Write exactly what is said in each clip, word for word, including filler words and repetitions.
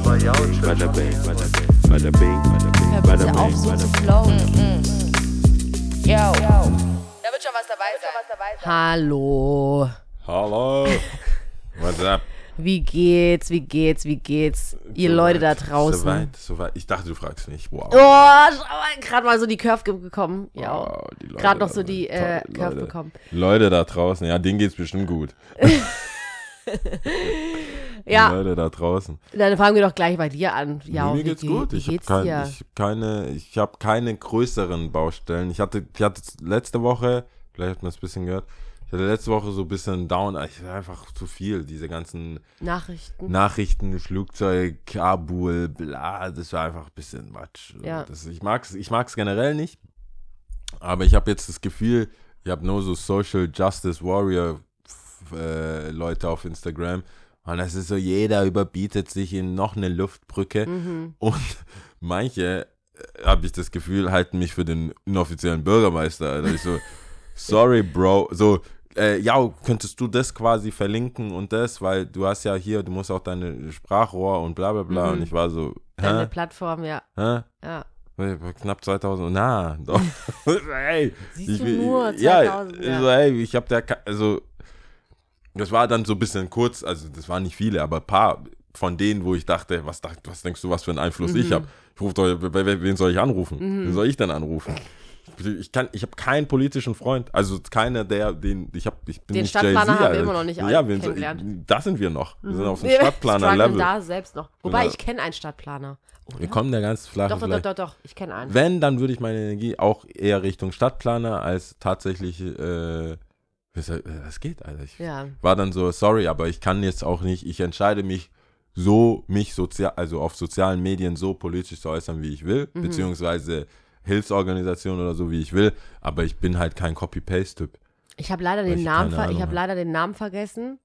aber ja, Bada bing, bada bing, bada bing, bada bing, Hör bada bitte auf, bing, so bada zu bing. flowen. Yo. Da wird schon was dabei sein. Hallo. Hallo. What's up? Wie geht's, wie geht's, wie geht's? Ihr Leute da draußen. Soweit, soweit. Ich dachte, du fragst mich. Wow. Oh, schau mal, gerade mal so die Curve ge- gekommen. Ja. Wow, die Leute Gerade noch da- so die äh, toll, Curve Leute. bekommen. Leute da draußen, ja, denen geht's bestimmt gut. Ja, Die Leute da draußen. dann fangen wir doch gleich bei dir an. Ja, Mir wie geht's ge- gut. Wie Ich habe geht's kein, dir? ich hab keine, ich hab keine größeren Baustellen. Ich hatte, ich hatte letzte Woche, vielleicht hat man es ein bisschen gehört, ich hatte letzte Woche so ein bisschen down, ich war einfach zu viel, diese ganzen Nachrichten. Nachrichten, Flugzeug, Kabul, bla, das war einfach ein bisschen Matsch. Ja. Das, ich mag's, ich mag's generell nicht, aber ich habe jetzt das Gefühl, ich habe nur so Social Justice Warrior f- äh, Leute auf Instagram und das ist so, jeder überbietet sich in noch eine Luftbrücke Mhm. und manche, habe ich das Gefühl, halten mich für den inoffiziellen Bürgermeister. Also ich so, sorry, Bro, so, äh, ja, könntest du das quasi verlinken und das, weil du hast ja hier, du musst auch deine Sprachrohr und bla bla bla. Mhm. Und ich war so, Deine hä? Plattform, ja. Hä? ja. Knapp zweitausend, na, doch. Hey, Siehst ich du will- nur ja, zweitausend, ja. so, hey, ich hab da, ke- also, das war dann so ein bisschen kurz, also das waren nicht viele, aber ein paar von denen, wo ich dachte, was, dacht, was denkst du, was für einen Einfluss Mhm. ich habe? Ich rufe doch, bei- bei- wen soll ich anrufen? Wen soll ich denn anrufen? Ich kann, ich habe keinen politischen Freund, also keiner, der, den, ich habe, ich bin Den nicht Stadtplaner Jay-Z, haben wir Alter. immer noch nicht Ja, wen soll, kennengelernt. da sind wir noch. Wir sind auf dem Wir Stadtplaner-Level. strugglen da selbst noch. Wobei, Ja. ich kenne einen Stadtplaner. Wir Oder? kommen da ganz flach. Doch, doch, doch, doch, doch, ich kenne einen. Wenn, dann würde ich meine Energie auch eher Richtung Stadtplaner als tatsächlich, äh, was, äh, was geht, Alter. Ich Ja. war dann so, sorry, aber ich kann jetzt auch nicht, ich entscheide mich so, mich sozial, also auf sozialen Medien so politisch zu äußern, wie ich will, Mhm. beziehungsweise Hilfsorganisationen oder so, wie ich will, aber ich bin halt kein Copy-Paste-Typ. Ich habe leider Weil den ich Namen, keine ver- ich Ahnung habe hab. leider den Namen vergessen.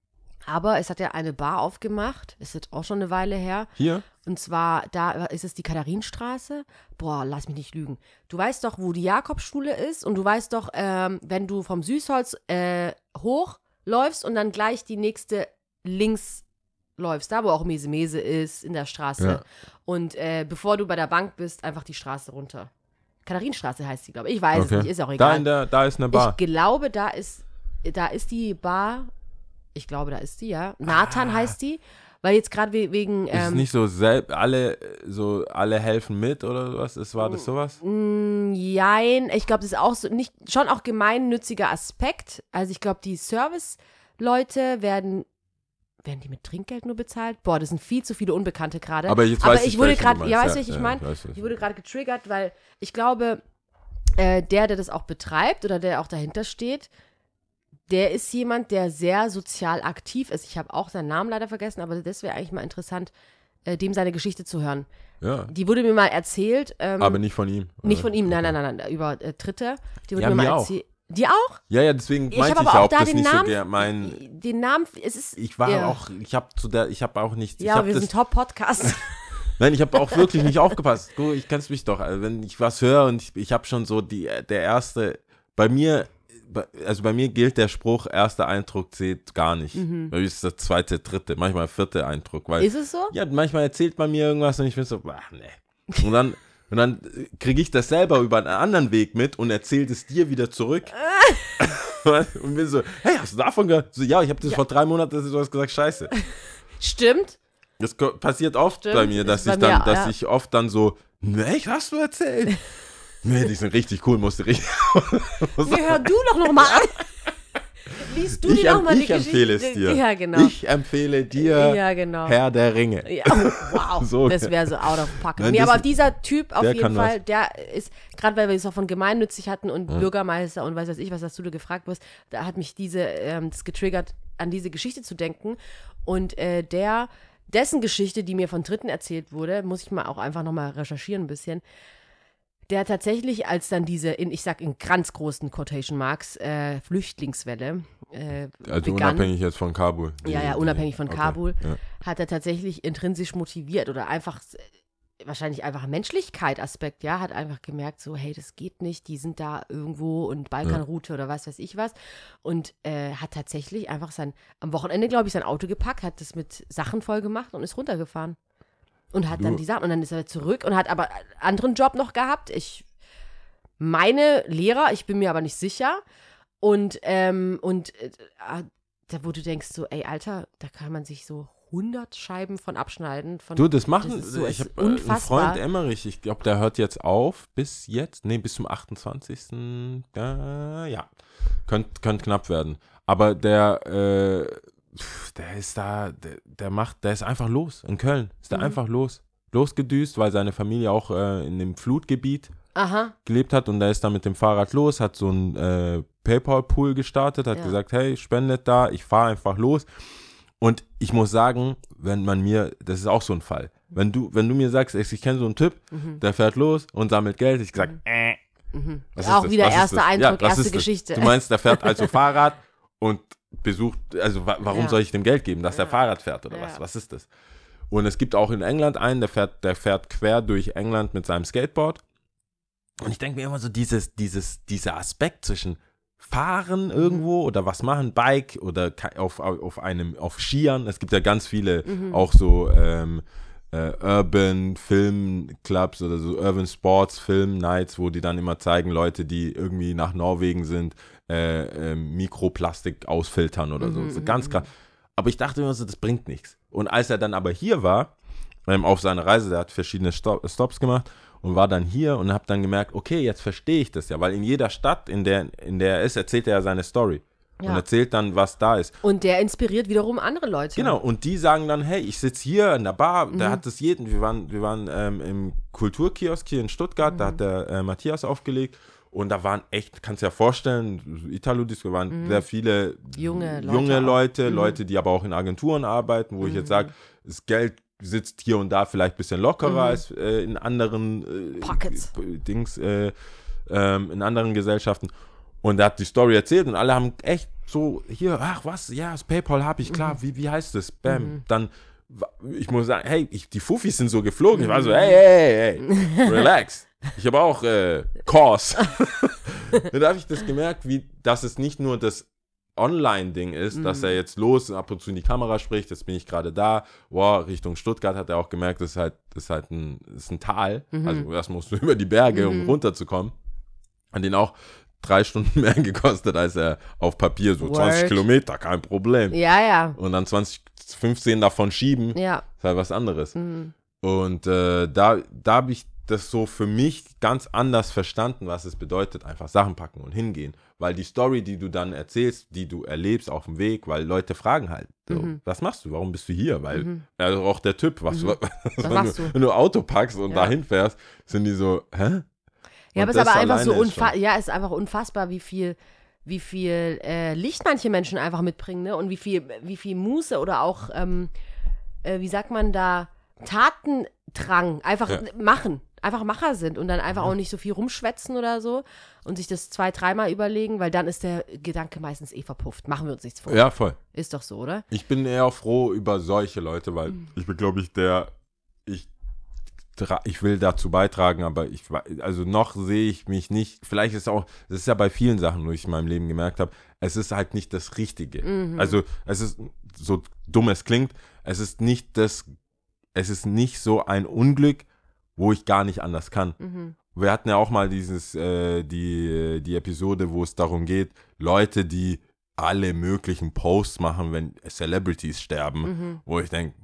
Aber es hat ja eine Bar aufgemacht. Ist jetzt auch schon eine Weile her. Hier? Und zwar, da ist es die Katharinenstraße. Boah, lass mich nicht lügen. Du weißt doch, wo die Jakobsschule ist. Und du weißt doch, ähm, wenn du vom Süßholz äh, hochläufst und dann gleich die nächste links läufst, da wo auch Mese Mese ist, in der Straße. Ja. Und äh, bevor du bei der Bank bist, einfach die Straße runter. Katharinenstraße heißt sie, glaube ich. Ich weiß Okay. es nicht, ist auch Da, egal. in der, da ist eine Bar. Ich glaube, da ist, da ist die Bar, ich glaube, da ist die, ja. Nathan heißt die, weil jetzt gerade we- wegen, ist es ähm, nicht so, selb, alle, so, alle helfen mit oder sowas? Ist, war das sowas? mh, jein, ich glaube, das ist auch so, nicht, schon auch gemeinnütziger Aspekt. Also ich glaube, die Service-Leute werden, werden die mit Trinkgeld nur bezahlt? Boah, das sind viel zu viele Unbekannte gerade. Aber jetzt Aber weiß ich ich, wurde welchen gerade, du ja, meinst. weißt du, was ich Ja, meine? ich weiß, was Ich du wurde gerade getriggert, weil ich glaube, äh, der, der das auch betreibt oder der auch dahinter steht, der ist jemand, der sehr sozial aktiv ist. Ich habe auch seinen Namen leider vergessen, aber das wäre eigentlich mal interessant, äh, dem seine Geschichte zu hören. Ja, Die wurde mir mal erzählt. Ähm, aber nicht von ihm. nicht oder? von ihm, nein, Okay. nein, nein, nein, über äh, Dritte. Die wurde Ja, mir mal mir auch. erzählt. Die auch? Ja, ja, deswegen Ich meinte habe ich aber ja, auch ob da das den nicht Namen. so der, mein, Den Namen, es ist. ich war ja. auch, ich habe zu der, ich habe auch nicht, ich Ja, hab wir das, sind Top-Podcast. nein, ich habe auch wirklich nicht aufgepasst. Du, ich kennst mich doch, also wenn ich was höre und ich, ich habe schon so die, der erste, bei mir, bei- also bei mir gilt der Spruch, erster Eindruck zählt gar nicht. Bei mir ist der zweite, dritte, manchmal vierte Eindruck, weil, Ist es so? ja, manchmal erzählt man mir irgendwas und ich bin so, ach, nee. Und dann, und dann kriege ich das selber über einen anderen Weg mit und erzähle es dir wieder zurück. Und bin so, hey, hast du davon gehört? So, ja, ich habe das Ja. vor drei Monaten, du hast gesagt, scheiße. Stimmt. Das ko- passiert oft Stimmt, bei mir, ist dass bei ich dann, mir, dass ja. ich oft dann so, ne, ich hast du erzählt? Nee, die sind richtig cool, musste richtig. Nee, hör du doch noch mal an. Liest du ich dir noch em- mal die ich empfehle es Geschichte? dir. Ja, genau. Ich empfehle dir Ja, genau. Herr der Ringe. Ja, wow, So. das wäre so out of pocket. Nein, Nee, das- aber dieser Typ auf der jeden kann Fall, was. der ist, gerade weil wir es auch von gemeinnützig hatten und Bürgermeister und weiß was ich, was hast du da gefragt wirst, da hat mich diese, ähm, das getriggert, an diese Geschichte zu denken. Und äh, der, dessen Geschichte, die mir von Dritten erzählt wurde, muss ich mal auch einfach nochmal recherchieren ein bisschen, der tatsächlich, als dann diese, in, ich sag in ganz großen Quotation Marks, äh, Flüchtlingswelle äh, Also begann, unabhängig jetzt von Kabul. Die- ja, ja, unabhängig von okay, Kabul, ja. hat er tatsächlich intrinsisch motiviert oder einfach, äh, wahrscheinlich einfach Menschlichkeit-Aspekt, ja, hat einfach gemerkt, so, hey, das geht nicht, die sind da irgendwo und Balkanroute oder was weiß ich was und äh, hat tatsächlich einfach sein, am Wochenende, glaube ich, sein Auto gepackt, hat das mit Sachen voll gemacht und ist runtergefahren. Und hat Du- dann die Sachen, und dann ist er zurück und hat aber einen anderen Job noch gehabt. Ich meine Lehrer, ich bin mir aber nicht sicher. Und, ähm, und äh, da, wo du denkst so, ey, Alter, da kann man sich so hundert Scheiben von abschneiden. Von, Du, das machen, das ist so, ich ist habe einen unfassbar. Freund Emmerich, ich glaube, der hört jetzt auf, bis jetzt, nee, bis zum achtundzwanzigsten Äh, ja, könnte könnt knapp werden. Aber der, äh, pf, der ist da, der, der macht, der ist einfach los, in Köln, ist der Mhm. einfach los, losgedüst, weil seine Familie auch äh, in dem Flutgebiet Aha. gelebt hat und der ist dann mit dem Fahrrad los, hat so ein äh, PayPal-Pool gestartet, hat Ja. gesagt, hey, spendet da, ich fahre einfach los. Und ich muss sagen, wenn man mir, das ist auch so ein Fall, wenn du, wenn du mir sagst, ich, ich kenne so einen Typ, Mhm. der fährt los und sammelt Geld, ich sag, äh, Mhm. was Auch ist das? wieder Was ist erster das? Eindruck, was erste ist das? Geschichte. Du meinst, der fährt also Fahrrad und besucht, also wa warum Ja. soll ich dem Geld geben, dass Ja. der Fahrrad fährt oder Ja. was? Was ist das? Und es gibt auch in England einen, der fährt, der fährt quer durch England mit seinem Skateboard. Und ich denke mir immer so, dieses, dieses, dieser Aspekt zwischen Fahren irgendwo oder was machen, Bike oder ke- auf, auf einem, auf Skiern. Es gibt ja ganz viele Mhm. auch so ähm, äh, Urban Film Clubs oder so Urban Sports Film Nights, wo die dann immer zeigen, Leute, die irgendwie nach Norwegen sind, äh, äh, Mikroplastik ausfiltern oder so. Mhm, so ganz krass. Aber ich dachte immer so, das bringt nichts. Und als er dann aber hier war, ähm, auf seiner Reise, der hat verschiedene Stop Stops gemacht und war dann hier und habe dann gemerkt, okay, jetzt verstehe ich das ja, weil in jeder Stadt, in der, in der er ist, erzählt er ja seine Story und Ja. erzählt dann, was da ist. Und der inspiriert wiederum andere Leute. Genau, und die sagen dann, hey, ich sitze hier in der Bar, da hat es jeden, wir waren, wir waren ähm, im Kulturkiosk hier in Stuttgart, da hat der äh, Matthias aufgelegt und da waren echt, kannst du dir ja vorstellen, Italo-Disco, waren sehr viele Junge Leute junge auch. Leute, Leute, die aber auch in Agenturen arbeiten, wo ich jetzt sage, das Geld sitzt hier und da vielleicht ein bisschen lockerer als äh, in anderen äh, Pockets. Dings, äh, ähm, in anderen Gesellschaften. Und er hat die Story erzählt und alle haben echt so, hier, ach was, ja, das PayPal habe ich, klar, wie, wie heißt das? Bam. Dann, wa- ich muss sagen, hey, ich, die Fuffis sind so geflogen. Ich war so, hey, hey, hey, hey, relax. Ich habe auch äh, Kurs. Dann habe ich das gemerkt, wie, dass es nicht nur das Online-Ding ist, dass er jetzt los ab und zu in die Kamera spricht, jetzt bin ich gerade da, wow, Richtung Stuttgart hat er auch gemerkt, das ist halt, das ist halt ein, das ist ein Tal, also erst musst du über die Berge, um runterzukommen, an den auch drei Stunden mehr gekostet, als er auf Papier, so Word. zwanzig Kilometer, kein Problem. Ja, ja. Und dann zwanzig, fünfzehn davon schieben, Ja. ist halt was anderes. Und äh, da, da habe ich das so für mich ganz anders verstanden, was es bedeutet, einfach Sachen packen und hingehen. Weil die Story, die du dann erzählst, die du erlebst auf dem Weg, weil Leute fragen halt, so, Mhm. was machst du, warum bist du hier? Weil, also auch der Typ, was, was, wenn, machst du, du? wenn du Auto packst und Ja. dahin fährst, sind die so, hä? Ja, Und aber es ist das aber einfach so alleine ist unfassbar, schon- ja, es ist einfach unfassbar, wie viel, wie viel äh, Licht manche Menschen einfach mitbringen, ne? Und wie viel, wie viel Muße oder auch, ähm, äh, wie sagt man da, Tatendrang, einfach Ja. machen, einfach Macher sind und dann einfach auch nicht so viel rumschwätzen oder so und sich das zwei, dreimal überlegen, weil dann ist der Gedanke meistens eh verpufft. Machen wir uns nichts vor. Ja, voll. Ist doch so, oder? Ich bin eher froh über solche Leute, weil ich bin, glaube ich, der, ich, tra- ich will dazu beitragen, aber ich, wa- also noch sehe ich mich nicht, vielleicht ist auch, das ist ja bei vielen Sachen, wo ich in meinem Leben gemerkt habe, es ist halt nicht das Richtige. Also es ist, so dumm es klingt, es ist nicht das, es ist nicht so ein Unglück, wo ich gar nicht anders kann. Wir hatten ja auch mal dieses, äh, die, die Episode, wo es darum geht, Leute, die alle möglichen Posts machen, wenn Celebrities sterben, wo ich denke,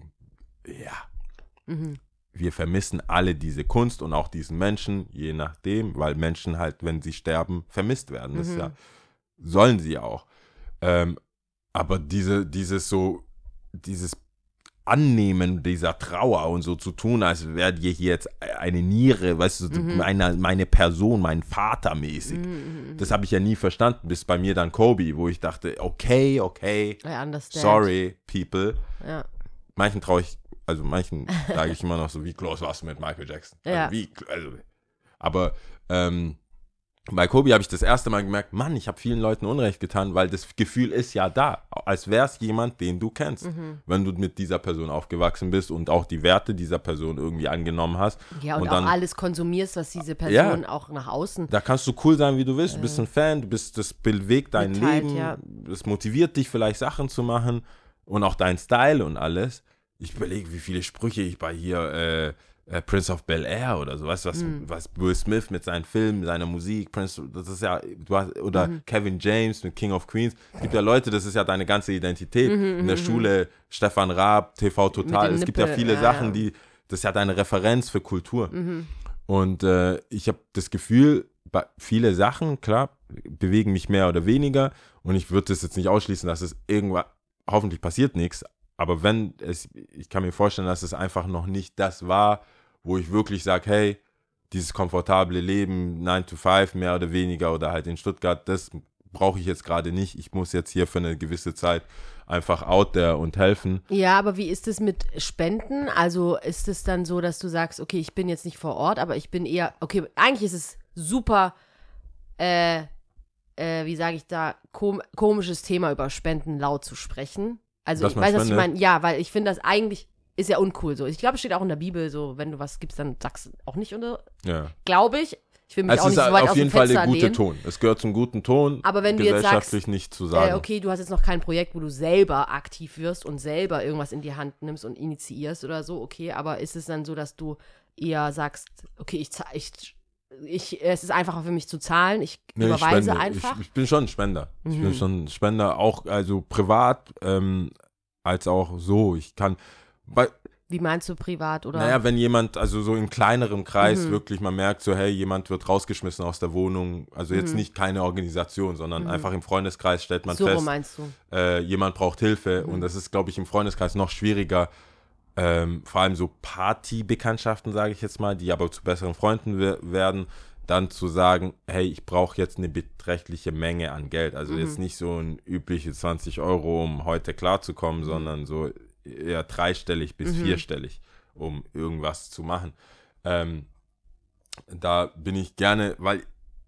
ja, wir vermissen alle diese Kunst und auch diesen Menschen, je nachdem, weil Menschen halt, wenn sie sterben, vermisst werden. Das ist ja, sollen sie auch. Ähm, aber diese, dieses so, dieses Annehmen dieser Trauer und so zu tun, als wäre dir hier jetzt eine Niere, weißt du, meine, meine Person, mein Vater mäßig. Das habe ich ja nie verstanden, bis bei mir dann Kobe, wo ich dachte, okay, okay, I understand. sorry, people. Ja. Manchen traue ich, also manchen sage ich immer noch so, wie close warst du mit Michael Jackson? Also Ja. wie, also, aber ähm, bei Kobe habe ich das erste Mal gemerkt, Mann, ich habe vielen Leuten Unrecht getan, weil das Gefühl ist ja da, als wäre es jemand, den du kennst, wenn du mit dieser Person aufgewachsen bist und auch die Werte dieser Person irgendwie angenommen hast. Ja, und, Und auch dann- alles konsumierst, was diese Person auch nach außen. Da kannst du cool sein, wie du willst, du bist ein Fan, du bist, das bewegt dein Mitteilt, Leben, ja. das motiviert dich vielleicht Sachen zu machen und auch dein Style und alles. ich überlege, wie viele Sprüche ich bei hier äh, äh, Prince of Bel-Air oder so, weißt du, was, Mhm. was Will Smith mit seinen Filmen, seiner Musik, Prince, das ist ja, du hast, oder Mhm. Kevin James mit King of Queens. Es gibt ja Leute, das ist ja deine ganze Identität. Mhm, In der mhm, Schule, Stefan Raab, T V Total, dem es gibt ja Nippel, viele ja, Sachen, ja. die, das ist ja deine Referenz für Kultur. Mhm. Und äh, ich habe das Gefühl, bei viele Sachen, klar, bewegen mich mehr oder weniger und ich würde das jetzt nicht ausschließen, dass es irgendwann, hoffentlich passiert nichts, aber wenn es, ich kann mir vorstellen, dass es einfach noch nicht das war, wo ich wirklich sage, hey, dieses komfortable Leben, nine to five mehr oder weniger oder halt in Stuttgart, das brauche ich jetzt gerade nicht. Ich muss jetzt hier für eine gewisse Zeit einfach out there und helfen. Ja, aber wie ist es mit Spenden? Also ist es dann so, dass du sagst, okay, ich bin jetzt nicht vor Ort, aber ich bin eher, okay, eigentlich ist es super, äh, äh, wie sage ich da, kom- komisches Thema über Spenden laut zu sprechen. Also Dass ich man weiß, was ich spendet? meine. Ja, weil ich finde das eigentlich, ist ja uncool so. Ich glaube, es steht auch in der Bibel so, wenn du was gibst, dann sagst du auch nicht unter, Ja. glaube ich. Ich will mich Es auch ist nicht so weit auf aus jeden dem Fall Fenster der gute lehnen. Ton. Es gehört zum guten Ton, Aber wenn du jetzt gesellschaftlich sagst, nicht zu sagen. Äh, okay, du hast jetzt noch kein Projekt, wo du selber aktiv wirst und selber irgendwas in die Hand nimmst und initiierst oder so, okay, aber ist es dann so, dass du eher sagst, okay, ich, zahl- ich, ich es ist einfacher für mich zu zahlen, ich Nee, ich überweise spende. einfach? Ich, ich bin schon ein Spender. Ich Mhm. bin schon ein Spender, auch also privat ähm, als auch so. Ich kann, bei, Wie meinst du, privat oder? naja, wenn jemand, also so in kleinerem Kreis Mhm. wirklich, man merkt so, hey, jemand wird rausgeschmissen aus der Wohnung, also jetzt Mhm. nicht keine Organisation, sondern Mhm. einfach im Freundeskreis stellt man so rum fest, meinst du? äh, jemand braucht Hilfe Mhm. und das ist, glaube ich, im Freundeskreis noch schwieriger, ähm, vor allem so Partybekanntschaften, sage ich jetzt mal, die aber zu besseren Freunden we- werden, dann zu sagen, hey, ich brauche jetzt eine beträchtliche Menge an Geld. Also Mhm. jetzt nicht so ein übliche zwanzig Euro, um heute klarzukommen, Mhm. sondern so eher dreistellig bis Mhm. vierstellig, um irgendwas zu machen. Ähm, da bin ich gerne, weil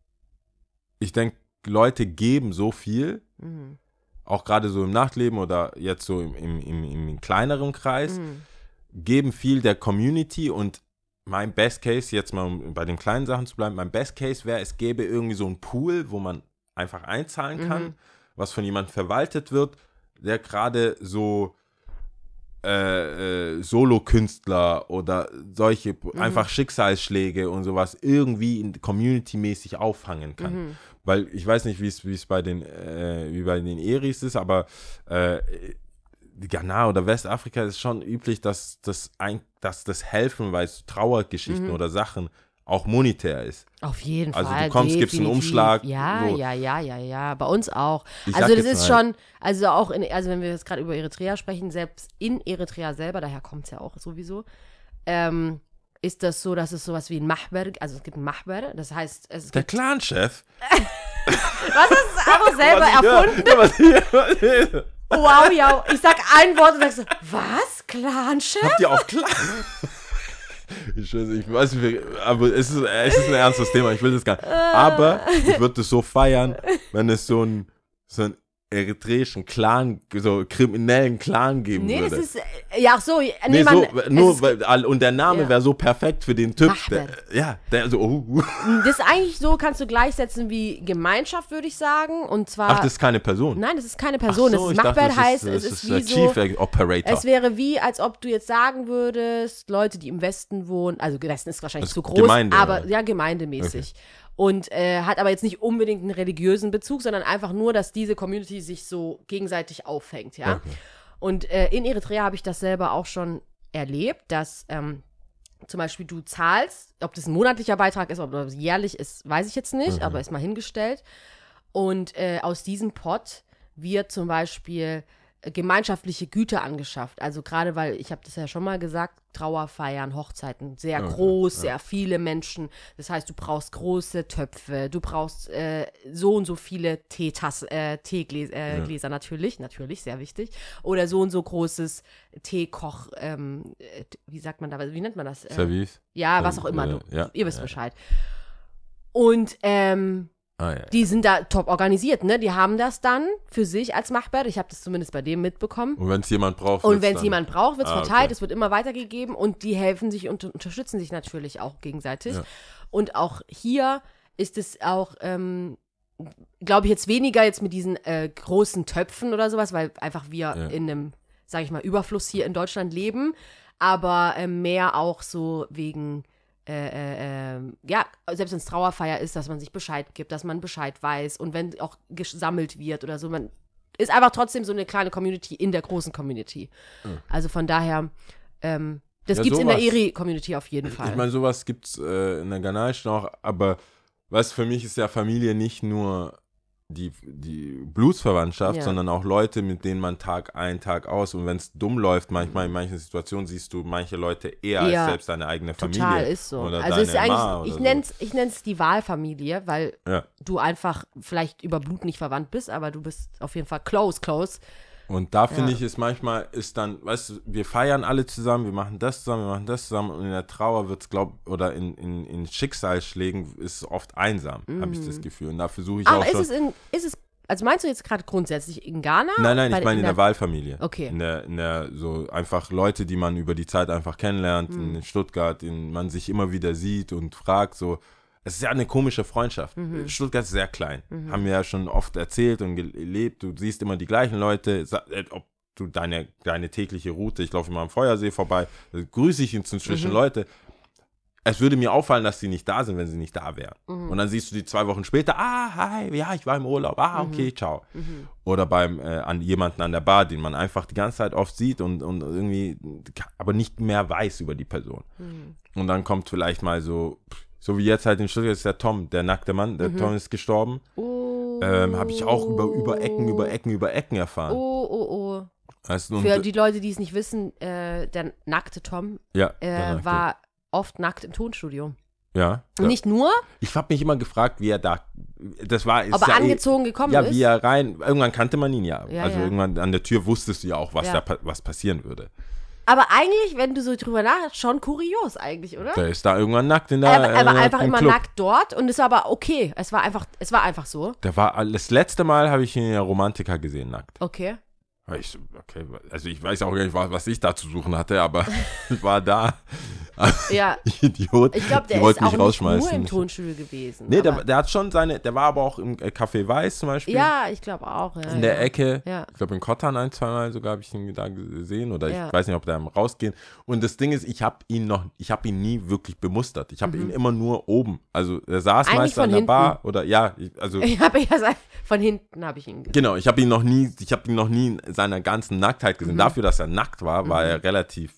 ich denke, Leute geben so viel, Mhm. auch gerade so im Nachtleben oder jetzt so im, im, im, im kleineren Kreis, Mhm. geben viel der Community und mein Best Case, jetzt mal um bei den kleinen Sachen zu bleiben, mein Best Case wäre, es gäbe irgendwie so einen Pool, wo man einfach einzahlen kann, Mhm. was von jemandem verwaltet wird, der gerade so äh, äh, Solo-Künstler oder solche einfach Schicksalsschläge und sowas irgendwie in- community-mäßig auffangen kann. Mhm. Weil ich weiß nicht, wie es wie es bei den äh, wie bei den Eris ist, aber äh, Ghana oder Westafrika ist schon üblich, dass das ein, dass das Helfen, weil es Trauergeschichten Mhm. oder Sachen auch monetär ist. Auf jeden Also Fall. du kommst, gibst einen definitiv. Umschlag, Ja, so. ja, ja, ja, ja. Bei uns auch. Ich Also sag das jetzt ist mal- schon, also auch in, also wenn wir jetzt gerade über Eritrea sprechen, selbst in Eritrea selber, daher kommt es ja auch sowieso, ähm, ist das so, dass es sowas wie ein Mahber, also es gibt ein Mahber, das heißt, es Der gibt, Clan-Chef. was ist aber selber Was ich höre- erfunden? Ja, was ich- was ich- Wow, ja, ich sag ein Wort und sagst so, was? Clan-Chef? Habt ihr auch Clan? Ich weiß, ich weiß nicht, aber es ist, es ist ein ernstes Thema, ich will das gar nicht. Aber ich würde es so feiern, wenn es so einen so einen eritreischen Clan, so kriminellen Clan geben Nee, würde. das ist, äh, ja, ach so, nee, Nee, man, so, es nur, ist, weil, all- und der Name Ja. wäre so perfekt für den Typ. Mahber. Der, ja, der so, oh. das ist eigentlich so, kannst du gleichsetzen wie Gemeinschaft, würde ich sagen, und zwar, Ach, das ist keine Person. nein, das ist keine Person, Ach so, das ist ich dachte, Mahber das heißt, das es ist, der wie so, Chief Operator. es wäre wie, als ob du jetzt sagen würdest, Leute, die im Westen wohnen, also Westen ist wahrscheinlich Das zu groß, Gemeinde, aber oder? ja, gemeindemäßig. Und äh, hat aber jetzt nicht unbedingt einen religiösen Bezug, sondern einfach nur, dass diese Community sich so gegenseitig auffängt, ja. Okay. Und äh, in Eritrea habe ich das selber auch schon erlebt, dass ähm, zum Beispiel du zahlst, ob das ein monatlicher Beitrag ist oder jährlich ist, weiß ich jetzt nicht, Mhm. aber ist mal hingestellt. Und äh, aus diesem Pot wird zum Beispiel äh, gemeinschaftliche Güter angeschafft. Also gerade, weil, ich habe das ja schon mal gesagt, Trauerfeiern, Hochzeiten, sehr Okay, groß, ja. sehr viele Menschen. Das heißt, du brauchst große Töpfe, du brauchst äh, so und so viele Teetassen, äh, Teegläser äh, Ja. Gläser natürlich, natürlich, sehr wichtig. Oder so und so großes Teekoch, ähm, äh, wie sagt man da, wie nennt man das? Äh, Service? ja, was auch immer, Äh, du, ja, ihr wisst ja. Bescheid. Und ähm, Ah, ja. die sind da top organisiert, ne? Die haben das dann für sich als Machbar. Ich habe das zumindest bei dem mitbekommen. Und wenn es jemand braucht, Und wird's wenn es dann- jemand braucht, wird es Ah, verteilt, okay. es wird immer weitergegeben und die helfen sich und unterstützen sich natürlich auch gegenseitig. Ja. Und auch hier ist es auch, ähm, glaube ich, jetzt weniger jetzt mit diesen äh, großen Töpfen oder sowas, weil einfach wir Ja. in einem sage ich mal, Überfluss hier in Deutschland leben, aber äh, mehr auch so wegen, äh, äh, äh, ja, selbst wenn es Trauerfeier ist, dass man sich Bescheid gibt, dass man Bescheid weiß und wenn auch gesammelt wird oder so, man ist einfach trotzdem so eine kleine Community in der großen Community. Mhm. Also von daher, ähm, das ja, gibt's sowas, in der Eri-Community auf jeden Fall. Ich meine, sowas gibt's äh, in der Ghanaischen auch, aber weißt, für mich ist ja Familie nicht nur die, die Blutsverwandtschaft, ja. sondern auch Leute, mit denen man Tag ein, Tag aus, und wenn es dumm läuft, manchmal in manchen Situationen siehst du manche Leute eher ja, als selbst deine eigene Familie. Total, ist so. Oder also deine ist eigentlich, ich so. nenne es ich nenn's die Wahlfamilie, weil ja. du einfach vielleicht über Blut nicht verwandt bist, aber du bist auf jeden Fall close, close. Und da finde ja. ich, ist manchmal, ist dann, weißt du, wir feiern alle zusammen, wir machen das zusammen, wir machen das zusammen und in der Trauer wird es, glaube ich, oder in, in, in Schicksalsschlägen ist es oft einsam, mm. habe ich das Gefühl. Und da versuche ich Ach, auch ist schon. Es in, ist es, also meinst du jetzt gerade grundsätzlich in Ghana? Nein, nein, Bei, ich meine in, in der, der Wahlfamilie. Okay. In der, in der, so einfach Leute, die man über die Zeit einfach kennenlernt, mm. in Stuttgart, in man sich immer wieder sieht und fragt, so. Es ist ja eine komische Freundschaft. Mhm. Stuttgart ist sehr klein. Mhm. Haben wir ja schon oft erzählt und gelebt. Du siehst immer die gleichen Leute, ob du deine, deine tägliche Route, ich laufe immer am Feuersee vorbei, da grüße ich inzwischen mhm. Leute. Es würde mir auffallen, dass sie nicht da sind, wenn sie nicht da wären. Mhm. Und dann siehst du die zwei Wochen später, ah, hi, ja, ich war im Urlaub, ah, okay, mhm. ciao. Mhm. Oder beim äh, an jemanden an der Bar, den man einfach die ganze Zeit oft sieht und, und irgendwie, aber nicht mehr weiß über die Person. Mhm. Und dann kommt vielleicht mal so, so wie jetzt halt in Stuttgart ist der Tom, der nackte Mann, der mhm. Tom ist gestorben. Oh. Ähm, habe ich auch über, über Ecken, über Ecken, über Ecken erfahren. Oh, oh, oh. Weißt du, für die Leute, die es nicht wissen, äh, der nackte Tom ja, äh, nackte. war oft nackt im Tonstudio. Ja. Und nicht nur. Ich habe mich immer gefragt, wie er da, das war. Ob er ja, angezogen gekommen ja, ist? Ja, wie er rein, irgendwann kannte man ihn ja. ja also ja. irgendwann an der Tür wusstest du ja auch, was ja. da was passieren würde. Aber eigentlich, wenn du so drüber nachdenkst, schon kurios eigentlich, oder? Der ist da irgendwann nackt in der Er, er war äh, einfach immer Club. nackt dort und es war aber okay. Es war einfach, es war einfach so. Der war, das letzte Mal habe ich ihn in der Romantika gesehen, nackt. Okay. Ich, okay, also ich weiß auch gar nicht, was ich da zu suchen hatte, aber ich war da. Ja. Idiot. Ich glaube, der die ist auch mich nicht nur im Tonstudio gewesen. Nee, der, der hat schon seine, der war aber auch im Café Weiß zum Beispiel. Ja, ich glaube auch. Ja, in der ja. Ecke. Ja. Ich glaube in Kottan ein, zweimal sogar habe ich ihn da gesehen oder ja. ich weiß nicht, ob der am Rausgehen. Und das Ding ist, ich habe ihn noch, ich habe ihn nie wirklich bemustert. Ich habe mhm. ihn immer nur oben. Also er saß Eigentlich meist an der hinten. Bar oder ja, ich, also. Ich habe ja von hinten habe ich ihn gesehen. Genau, ich habe ihn noch nie, ich habe ihn noch nie in seiner ganzen Nacktheit gesehen. Mhm. Dafür, dass er nackt war, war mhm. er relativ.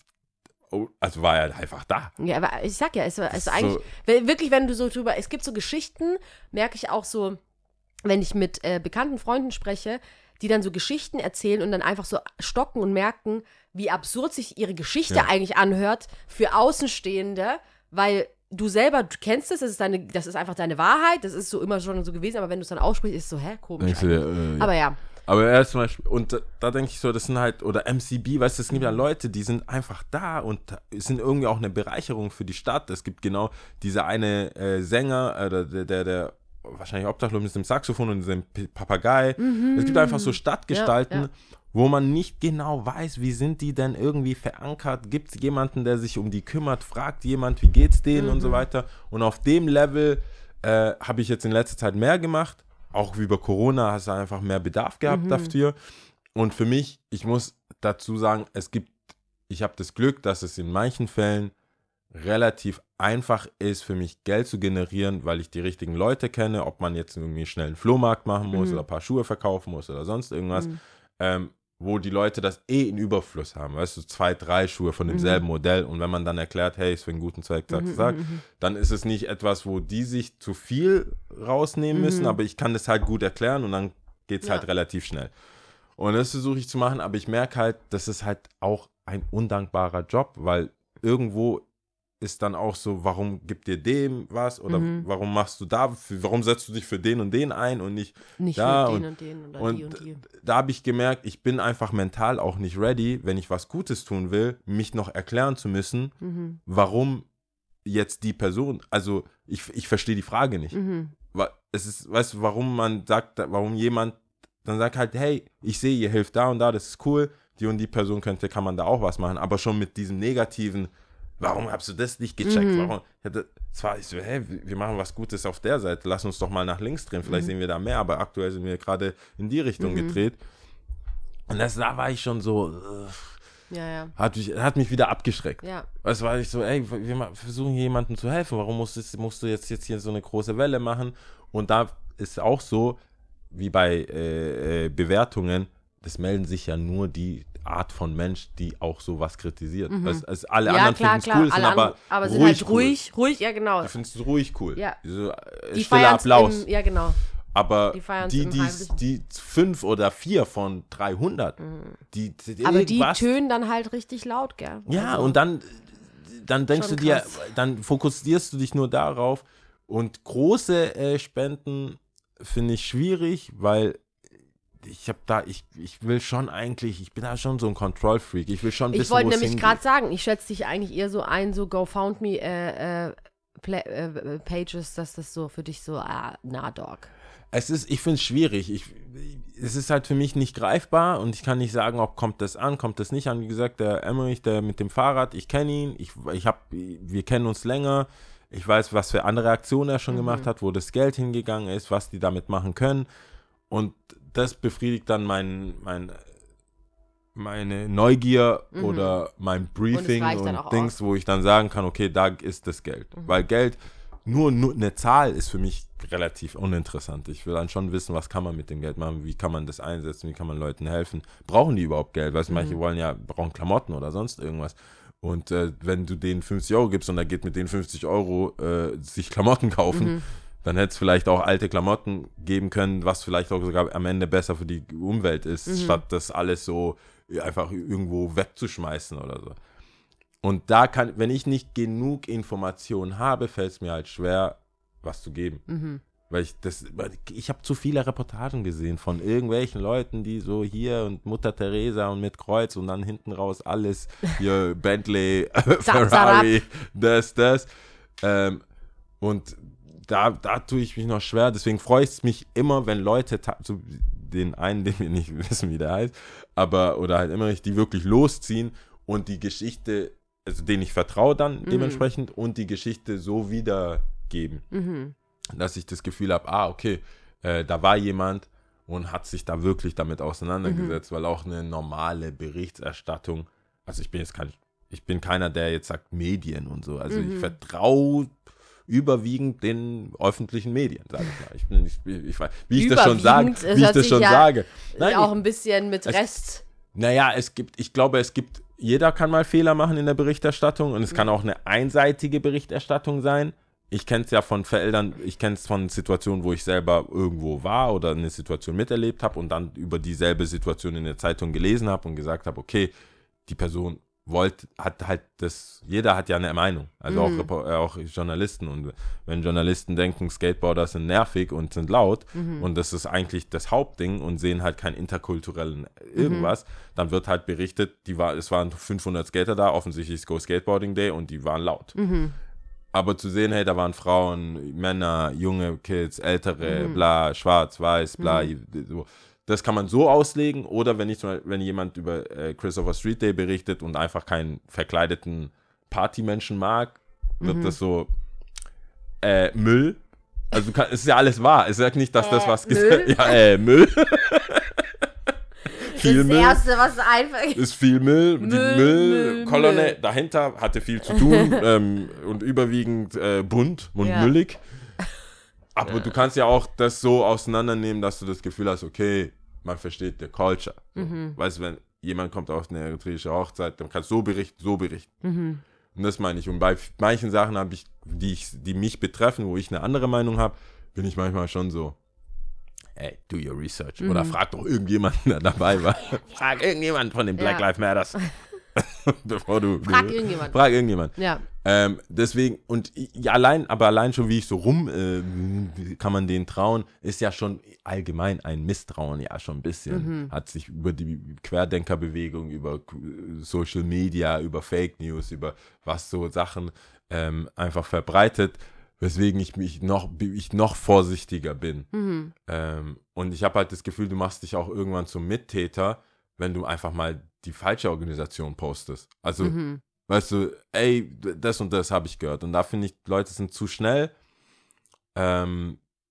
Also war er einfach da. Ja, aber ich sag ja, es war also so. eigentlich, wenn, wirklich, wenn du so drüber, es gibt so Geschichten, merke ich auch so, wenn ich mit äh, bekannten Freunden spreche, die dann so Geschichten erzählen und dann einfach so stocken und merken, wie absurd sich ihre Geschichte ja. eigentlich anhört für Außenstehende, weil du selber, du kennst es, das ist deine, das ist einfach deine Wahrheit, das ist so immer schon so gewesen, aber wenn du es dann aussprichst, ist es so, hä, komisch. Du, äh, aber ja. Aber er ist zum Beispiel, und da, da denke ich so, das sind halt, oder M C B, weißt du, es gibt ja Leute, die sind einfach da und sind irgendwie auch eine Bereicherung für die Stadt. Es gibt genau diese eine äh, Sänger, äh, der, der, der wahrscheinlich obdachlos mit dem Saxophon und diesem Papagei. Mhm. Es gibt einfach so Stadtgestalten, ja, ja. wo man nicht genau weiß, wie sind die denn irgendwie verankert. Gibt es jemanden, der sich um die kümmert, fragt jemand, wie geht's denen mhm. und so weiter. Und auf dem Level äh, habe ich jetzt in letzter Zeit mehr gemacht. Auch wie über Corona hast du einfach mehr Bedarf gehabt mhm. dafür. Und für mich, ich muss dazu sagen, es gibt, ich habe das Glück, dass es in manchen Fällen relativ einfach ist, für mich Geld zu generieren, weil ich die richtigen Leute kenne, ob man jetzt irgendwie schnell einen Flohmarkt machen muss mhm. oder ein paar Schuhe verkaufen muss oder sonst irgendwas, mhm. ähm, wo die Leute das eh in Überfluss haben, weißt du, zwei, drei Schuhe von demselben mhm. Modell und wenn man dann erklärt, hey, ist für einen guten Zweck, zack, mhm, zack, mhm. dann ist es nicht etwas, wo die sich zu viel rausnehmen mhm. müssen, aber ich kann das halt gut erklären und dann geht es ja. halt relativ schnell. Und das versuche ich zu machen, aber ich merke halt, das ist halt auch ein undankbarer Job, weil irgendwo ist dann auch so, warum gibt dir dem was oder mhm. warum machst du da, für, warum setzt du dich für den und den ein und nicht, nicht da für und, den und den oder und die und die. Da habe ich gemerkt, ich bin einfach mental auch nicht ready, wenn ich was Gutes tun will, mich noch erklären zu müssen, mhm. warum jetzt die Person, also ich, ich verstehe die Frage nicht. Mhm. Es ist, weißt du, warum man sagt, warum jemand dann sagt halt, hey, ich sehe, ihr hilft da und da, das ist cool, die und die Person könnte, kann man da auch was machen, aber schon mit diesem negativen, warum hast du das nicht gecheckt? Mhm. Warum? Ich hatte, zwar ich so, hey, wir machen was Gutes auf der Seite, lass uns doch mal nach links drehen, vielleicht mhm. sehen wir da mehr, aber aktuell sind wir gerade in die Richtung mhm. gedreht. Und das, da war ich schon so, äh, Ja, ja. hat mich, hat mich wieder abgeschreckt. Ja. Weißt du, war ich so, ey, wir ma- versuchen jemandem zu helfen, warum musst, du- musst du jetzt, jetzt hier so eine große Welle machen? Und da ist auch so, wie bei äh, äh, Bewertungen, das melden sich ja nur die Art von Mensch, die auch sowas kritisiert. Mhm. Also, also alle Ja, anderen klar, finden es klar. cool, sind Alle aber, anderen- aber sind ruhig halt ruhig, ruhig, ja, genau. cool. Die finden es ruhig cool. Ja. So, äh, Die stiller feiern's Applaus. im, ja, genau. Aber Die feiern's die, im die, Heimlichen. die fünf oder vier von dreihundert, die, die Aber die irgendwas- tönen dann halt richtig laut, gell? Ja, Also, und dann, dann denkst Schon du dir, krass. dann fokussierst du dich nur darauf. Und große äh, Spenden finde ich schwierig, weil ich habe da, ich, ich will schon eigentlich, ich bin da schon so ein Control-Freak. Ich will schon wissen, Ich wollte wo es nämlich hingeht. gerade sagen, ich schätze dich eigentlich eher so ein, so GoFundMe äh, äh, Pla äh, Pages, dass das so für dich so, ah, na, Dog. Es ist, ich finde es schwierig. Ich, es ist halt für mich nicht greifbar und ich kann nicht sagen, ob kommt das an, kommt das nicht an. Wie gesagt, der Emmerich, der mit dem Fahrrad, ich kenne ihn, ich, ich hab, wir kennen uns länger. Ich weiß, was für andere Aktionen er schon Mhm. gemacht hat, wo das Geld hingegangen ist, was die damit machen können. Und das befriedigt dann mein, mein, meine Neugier Mhm. oder mein Briefing reicht und, dann auch Dings, wo ich dann sagen kann, okay, da ist das Geld. Mhm. Weil Geld, nur, nur eine Zahl ist für mich relativ uninteressant. Ich will dann schon wissen, was kann man mit dem Geld machen, wie kann man das einsetzen, wie kann man Leuten helfen. Brauchen die überhaupt Geld? Weißt du, Mhm. manche wollen ja, brauchen Klamotten oder sonst irgendwas. Und äh, wenn du denen fünfzig Euro gibst und er geht mit den fünfzig Euro äh, sich Klamotten kaufen, Mhm. dann hätte es vielleicht auch alte Klamotten geben können, was vielleicht auch sogar am Ende besser für die Umwelt ist, Mhm. statt das alles so einfach irgendwo wegzuschmeißen oder so. Und da kann, wenn ich nicht genug Informationen habe, fällt es mir halt schwer, was zu geben. Mhm. Weil ich das, weil ich habe zu viele Reportagen gesehen von irgendwelchen Leuten, die so hier und Mutter Teresa und mit Kreuz und dann hinten raus alles, hier Bentley, Ferrari, das, das. Ähm, und da, da tue ich mich noch schwer, deswegen freut es mich immer, wenn Leute, ta- so den einen, den wir nicht wissen, wie der heißt, aber, oder halt immer nicht, die wirklich losziehen und die Geschichte, also denen ich vertraue dann Mhm. dementsprechend und die Geschichte so wiedergeben. Mhm. Dass ich das Gefühl habe, ah, okay, äh, da war jemand und hat sich da wirklich damit auseinandergesetzt, Mhm. weil auch eine normale Berichterstattung, also ich bin jetzt kein, ich bin keiner, der jetzt sagt Medien und so, also Mhm. ich vertraue überwiegend den öffentlichen Medien, sage ich mal. Ich bin, ich, ich, weiß, wie ich das schon sage, Überwiegend, es wie ich hört das sich schon ja sage. Nein, auch ich, ein bisschen mit es- Rest. naja, es gibt, ich glaube, es gibt, jeder kann mal Fehler machen in der Berichterstattung und es kann auch eine einseitige Berichterstattung sein. Ich kenne es ja von Feldern, ich kenne es von Situationen, wo ich selber irgendwo war oder eine Situation miterlebt habe und dann über dieselbe Situation in der Zeitung gelesen habe und gesagt habe, okay, die Person wollte, hat halt das, jeder hat ja eine Meinung, also Mhm. auch, Repo- äh, auch Journalisten, und wenn Journalisten denken, Skateboarder sind nervig und sind laut Mhm. und das ist eigentlich das Hauptding und sehen halt keinen interkulturellen irgendwas, dann wird halt berichtet, die war, es waren fünfhundert Skater da, offensichtlich ist Go Skateboarding Day und die waren laut. Mhm. Aber zu sehen, hey, da waren Frauen, Männer, junge Kids, ältere, Mhm. bla, schwarz, weiß, bla, so. Das kann man so auslegen, oder wenn ich zum Beispiel, wenn jemand über äh, Christopher Street Day berichtet und einfach keinen verkleideten Partymenschen mag, wird Mhm. das so äh, Müll. Also du kann, es ist ja alles wahr. Es sagt nicht, dass das Äh, was Müll? Ja, äh, Müll. viel das Müll. Erste, was einfach. Ist viel Müll, die Müll, Müllkolonne Müll. dahinter hatte viel zu tun ähm, und überwiegend äh, bunt und Ja. müllig. Aber du kannst ja auch das so auseinandernehmen, dass du das Gefühl hast, okay, man versteht die Culture. So. Mhm. Weißt du, wenn jemand kommt auf eine eritreische Hochzeit, dann kannst du so berichten, so berichten. Mhm. Und das meine ich. Und bei manchen Sachen habe ich, die ich, die mich betreffen, wo ich eine andere Meinung habe, bin ich manchmal schon so, ey, do your research. Mhm. Oder frag doch irgendjemanden, der dabei war. Frag irgendjemanden von den Black Ja. Lives Matters. Bevor du, Frag du, irgendjemand. Frag irgendjemand. Ja. Ähm, deswegen, und ja, allein, aber allein schon, wie ich so rum, äh, kann man denen trauen, ist ja schon allgemein ein Misstrauen, ja, schon ein bisschen. Mhm. Hat sich über die Querdenkerbewegung, über Social Media, über Fake News, über was so Sachen ähm, einfach verbreitet, weswegen ich mich noch, ich noch vorsichtiger bin. Mhm. Ähm, und ich habe halt das Gefühl, du machst dich auch irgendwann zum Mittäter, wenn du einfach mal die falsche Organisation postest. Also, Mhm. weißt du, ey, das und das habe ich gehört. Und da finde ich, Leute sind zu schnell. Ähm,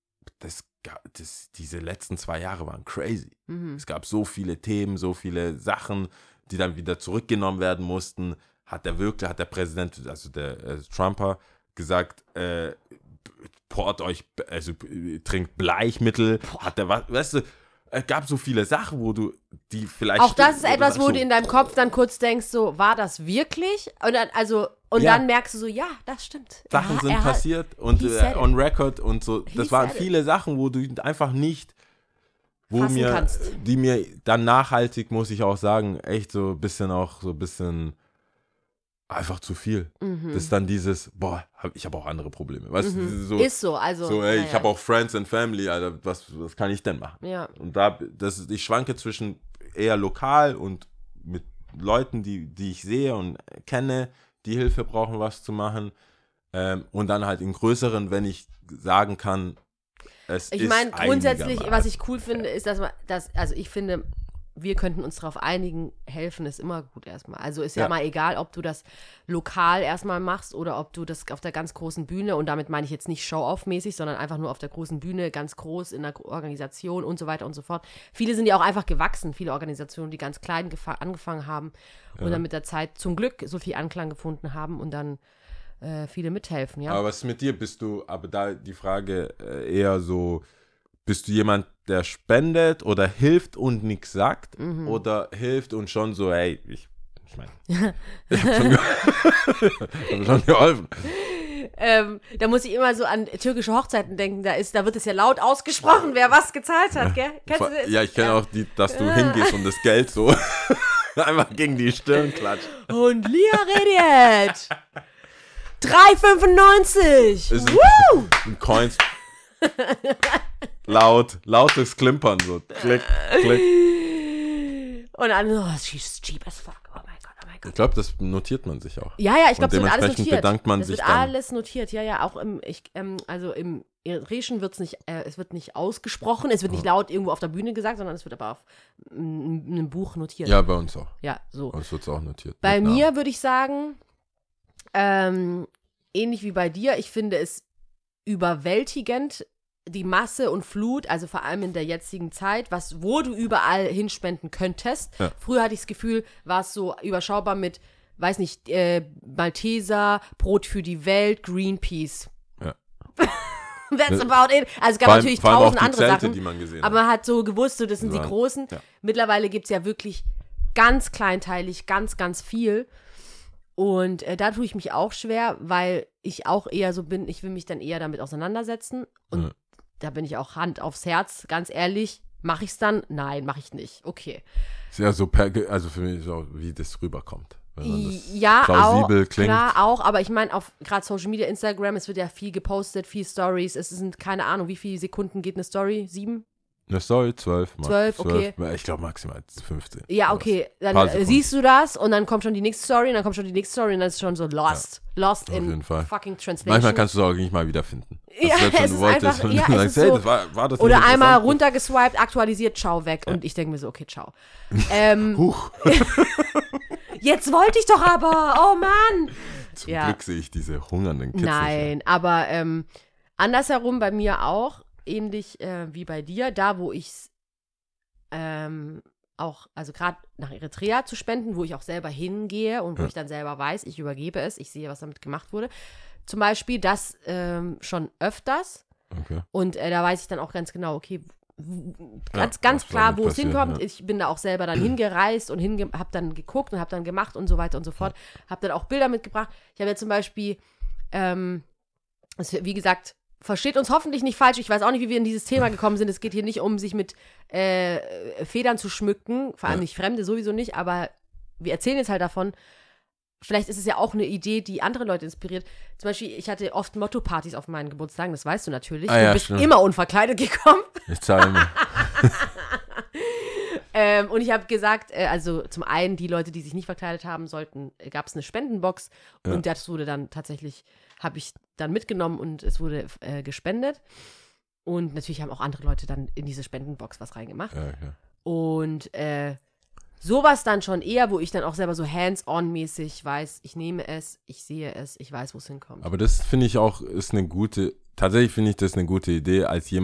das, das, diese letzten zwei Jahre waren crazy. Mhm. Es gab so viele Themen, so viele Sachen, die dann wieder zurückgenommen werden mussten. Hat der wirklich, hat der Präsident, also der äh, Trumper, gesagt, äh, port euch, also trinkt Bleichmittel. Boah. Hat der was, weißt du, es gab so viele Sachen, wo du die vielleicht... Auch das ist etwas, wo so, du in deinem Kopf dann kurz denkst, so, war das wirklich? Und dann, also, und ja. dann merkst du so, ja, das stimmt. Sachen er, sind er passiert hat, und äh, on record und so. Das waren viele it. Sachen, wo du einfach nicht, wo Fassen mir, kannst. die mir dann nachhaltig, muss ich auch sagen, echt so ein bisschen auch so ein bisschen einfach zu viel. Mhm. Das ist dann dieses, boah, hab, ich habe auch andere Probleme. Weißt Mhm. du, so, ist so, also. so, ey, ja, ich ja. habe auch Friends and Family, Alter, was, was kann ich denn machen? Ja. Und da, das, ich schwanke zwischen eher lokal und mit Leuten, die, die ich sehe und kenne, die Hilfe brauchen, was zu machen. Ähm, und dann halt in größeren, wenn ich sagen kann, es Ich ist meine, grundsätzlich, einigermaßen was ich cool finde, ist, dass man, dass, also ich finde, wir könnten uns darauf einigen, helfen ist immer gut erstmal. Also ist ja, Ja. mal egal, ob du das lokal erstmal machst oder ob du das auf der ganz großen Bühne, und damit meine ich jetzt nicht Show-off-mäßig, sondern einfach nur auf der großen Bühne, ganz groß in der Organisation und so weiter und so fort. Viele sind ja auch einfach gewachsen, viele Organisationen, die ganz klein gefa- angefangen haben und Ja. dann mit der Zeit zum Glück so viel Anklang gefunden haben und dann äh, viele mithelfen, ja. Aber was ist mit dir? Bist du, aber da die Frage äh, eher so, bist du jemand, der spendet oder hilft und nichts sagt? Mhm. Oder hilft und schon so, hey, ich, ich meine, ich habe schon, ge- hab schon geholfen. Ähm, da muss ich immer so an türkische Hochzeiten denken. Da, ist, da wird es ja laut ausgesprochen, wer was gezahlt hat, gell? Kennst du das? Ja, ich kenne Ja. auch, die, dass du hingehst und das Geld so einfach gegen die Stirn klatscht. Und Lia redet. drei fünfundneunzig. Ist ein- Woo! Und Coins laut, lautes Klimpern so. Klick, klick. Und dann, oh, she's cheap as fuck. Oh mein Gott, oh mein Gott. Ich glaube, das notiert man sich auch. Ja, ja, ich glaube, Und es wird alles dementsprechend notiert. bedankt man das sich wird dann. alles notiert, ja, ja. Auch im, ich, ähm, also im Irischen wird es nicht, äh, es wird nicht ausgesprochen, es wird nicht laut irgendwo auf der Bühne gesagt, sondern es wird aber auf mm, einem Buch notiert. Ja, bei uns auch. Ja, so. Bei uns wird es auch notiert. Bei Mit Namen. mir würde ich sagen, ähm, ähnlich wie bei dir, ich finde es überwältigend, die Masse und Flut, also vor allem in der jetzigen Zeit, was, wo du überall hinspenden könntest. Ja. Früher hatte ich das Gefühl, war es so überschaubar mit, weiß nicht, äh, Malteser, Brot für die Welt, Greenpeace. Ja. That's about it. Also es gab Vor allem- natürlich vor allem auch tausend die andere Zelte, Sachen, die man gesehen aber hat. man hat so gewusst, so, das sind die waren- großen. ja. Mittlerweile gibt es ja wirklich ganz kleinteilig, ganz, ganz viel. Und äh, da tue ich mich auch schwer, weil ich auch eher so bin, ich will mich dann eher damit auseinandersetzen. Und Ja. da bin ich auch Hand aufs Herz, ganz ehrlich. Mache ich es dann? Nein, mache ich nicht. Okay. Ist ja so, per, also für mich so, wie das rüberkommt. Wenn man das Ja, plausibel auch, klingt. klar, auch, aber ich meine, auf gerade Social Media, Instagram, es wird ja viel gepostet, viel Stories, es sind, keine Ahnung, wie viele Sekunden geht eine Story? Sieben? Eine Story, zwölf. ma- Zwölf, okay. Ich glaube maximal fünfzehn. Ja, okay, dann Paar äh, Sekunden. siehst du das und dann kommt schon die nächste Story und dann kommt schon die nächste Story und dann ist es schon so lost. Lost Auf in jeden Fall. fucking translation. Manchmal kannst du es auch nicht mal wiederfinden. Ja, selbst wenn es du ist wolltest einfach- und ja, du es sagst, ist hey, so- das war, war das Oder nicht einmal interessant? runtergeswiped, aktualisiert, ciao, weg. Und ich denke mir so, okay, ciao. ähm, Huch, jetzt wollte ich doch aber, oh Mann. zum Ja. Glück sehe ich diese hungernden Kids nicht mehr. Nein, aber ähm, andersherum bei mir auch, ähnlich äh, wie bei dir, da wo ich es ähm, auch, also gerade nach Eritrea zu spenden, wo ich auch selber hingehe und wo Ja. ich dann selber weiß, ich übergebe es, ich sehe, was damit gemacht wurde. Zum Beispiel das ähm, schon öfters Okay. und äh, da weiß ich dann auch ganz genau, okay, w- Ja, ganz, ganz was klar, damit wo es passiert, hinkommt. ja. Ich bin da auch selber dann hingereist und hinge habe dann geguckt und habe dann gemacht und so weiter und so fort. Habe dann auch Bilder mitgebracht. Ich habe ja zum Beispiel, ähm, es, wie gesagt, versteht uns hoffentlich nicht falsch. Ich weiß auch nicht, wie wir in dieses Thema gekommen sind. Es geht hier nicht um, sich mit äh, Federn zu schmücken, vor allem Ja. nicht Fremde, sowieso nicht, aber wir erzählen jetzt halt davon. Vielleicht ist es ja auch eine Idee, die andere Leute inspiriert. Zum Beispiel, ich hatte oft Motto-Partys auf meinen Geburtstagen, das weißt du natürlich. Ah du ja, bist stimmt. immer unverkleidet gekommen. Ich zahle mir. Ähm, und ich habe gesagt, äh, also zum einen, die Leute, die sich nicht verkleidet haben, sollten, äh, gab es eine Spendenbox Ja. und das wurde dann tatsächlich, habe ich dann mitgenommen und es wurde äh, gespendet. Und natürlich haben auch andere Leute dann in diese Spendenbox was reingemacht. Ja, okay. Und äh, sowas dann schon eher, wo ich dann auch selber so hands-on-mäßig weiß, ich nehme es, ich sehe es, ich weiß, wo es hinkommt. Aber das finde ich auch, ist eine gute, tatsächlich finde ich das eine gute Idee, als jemand,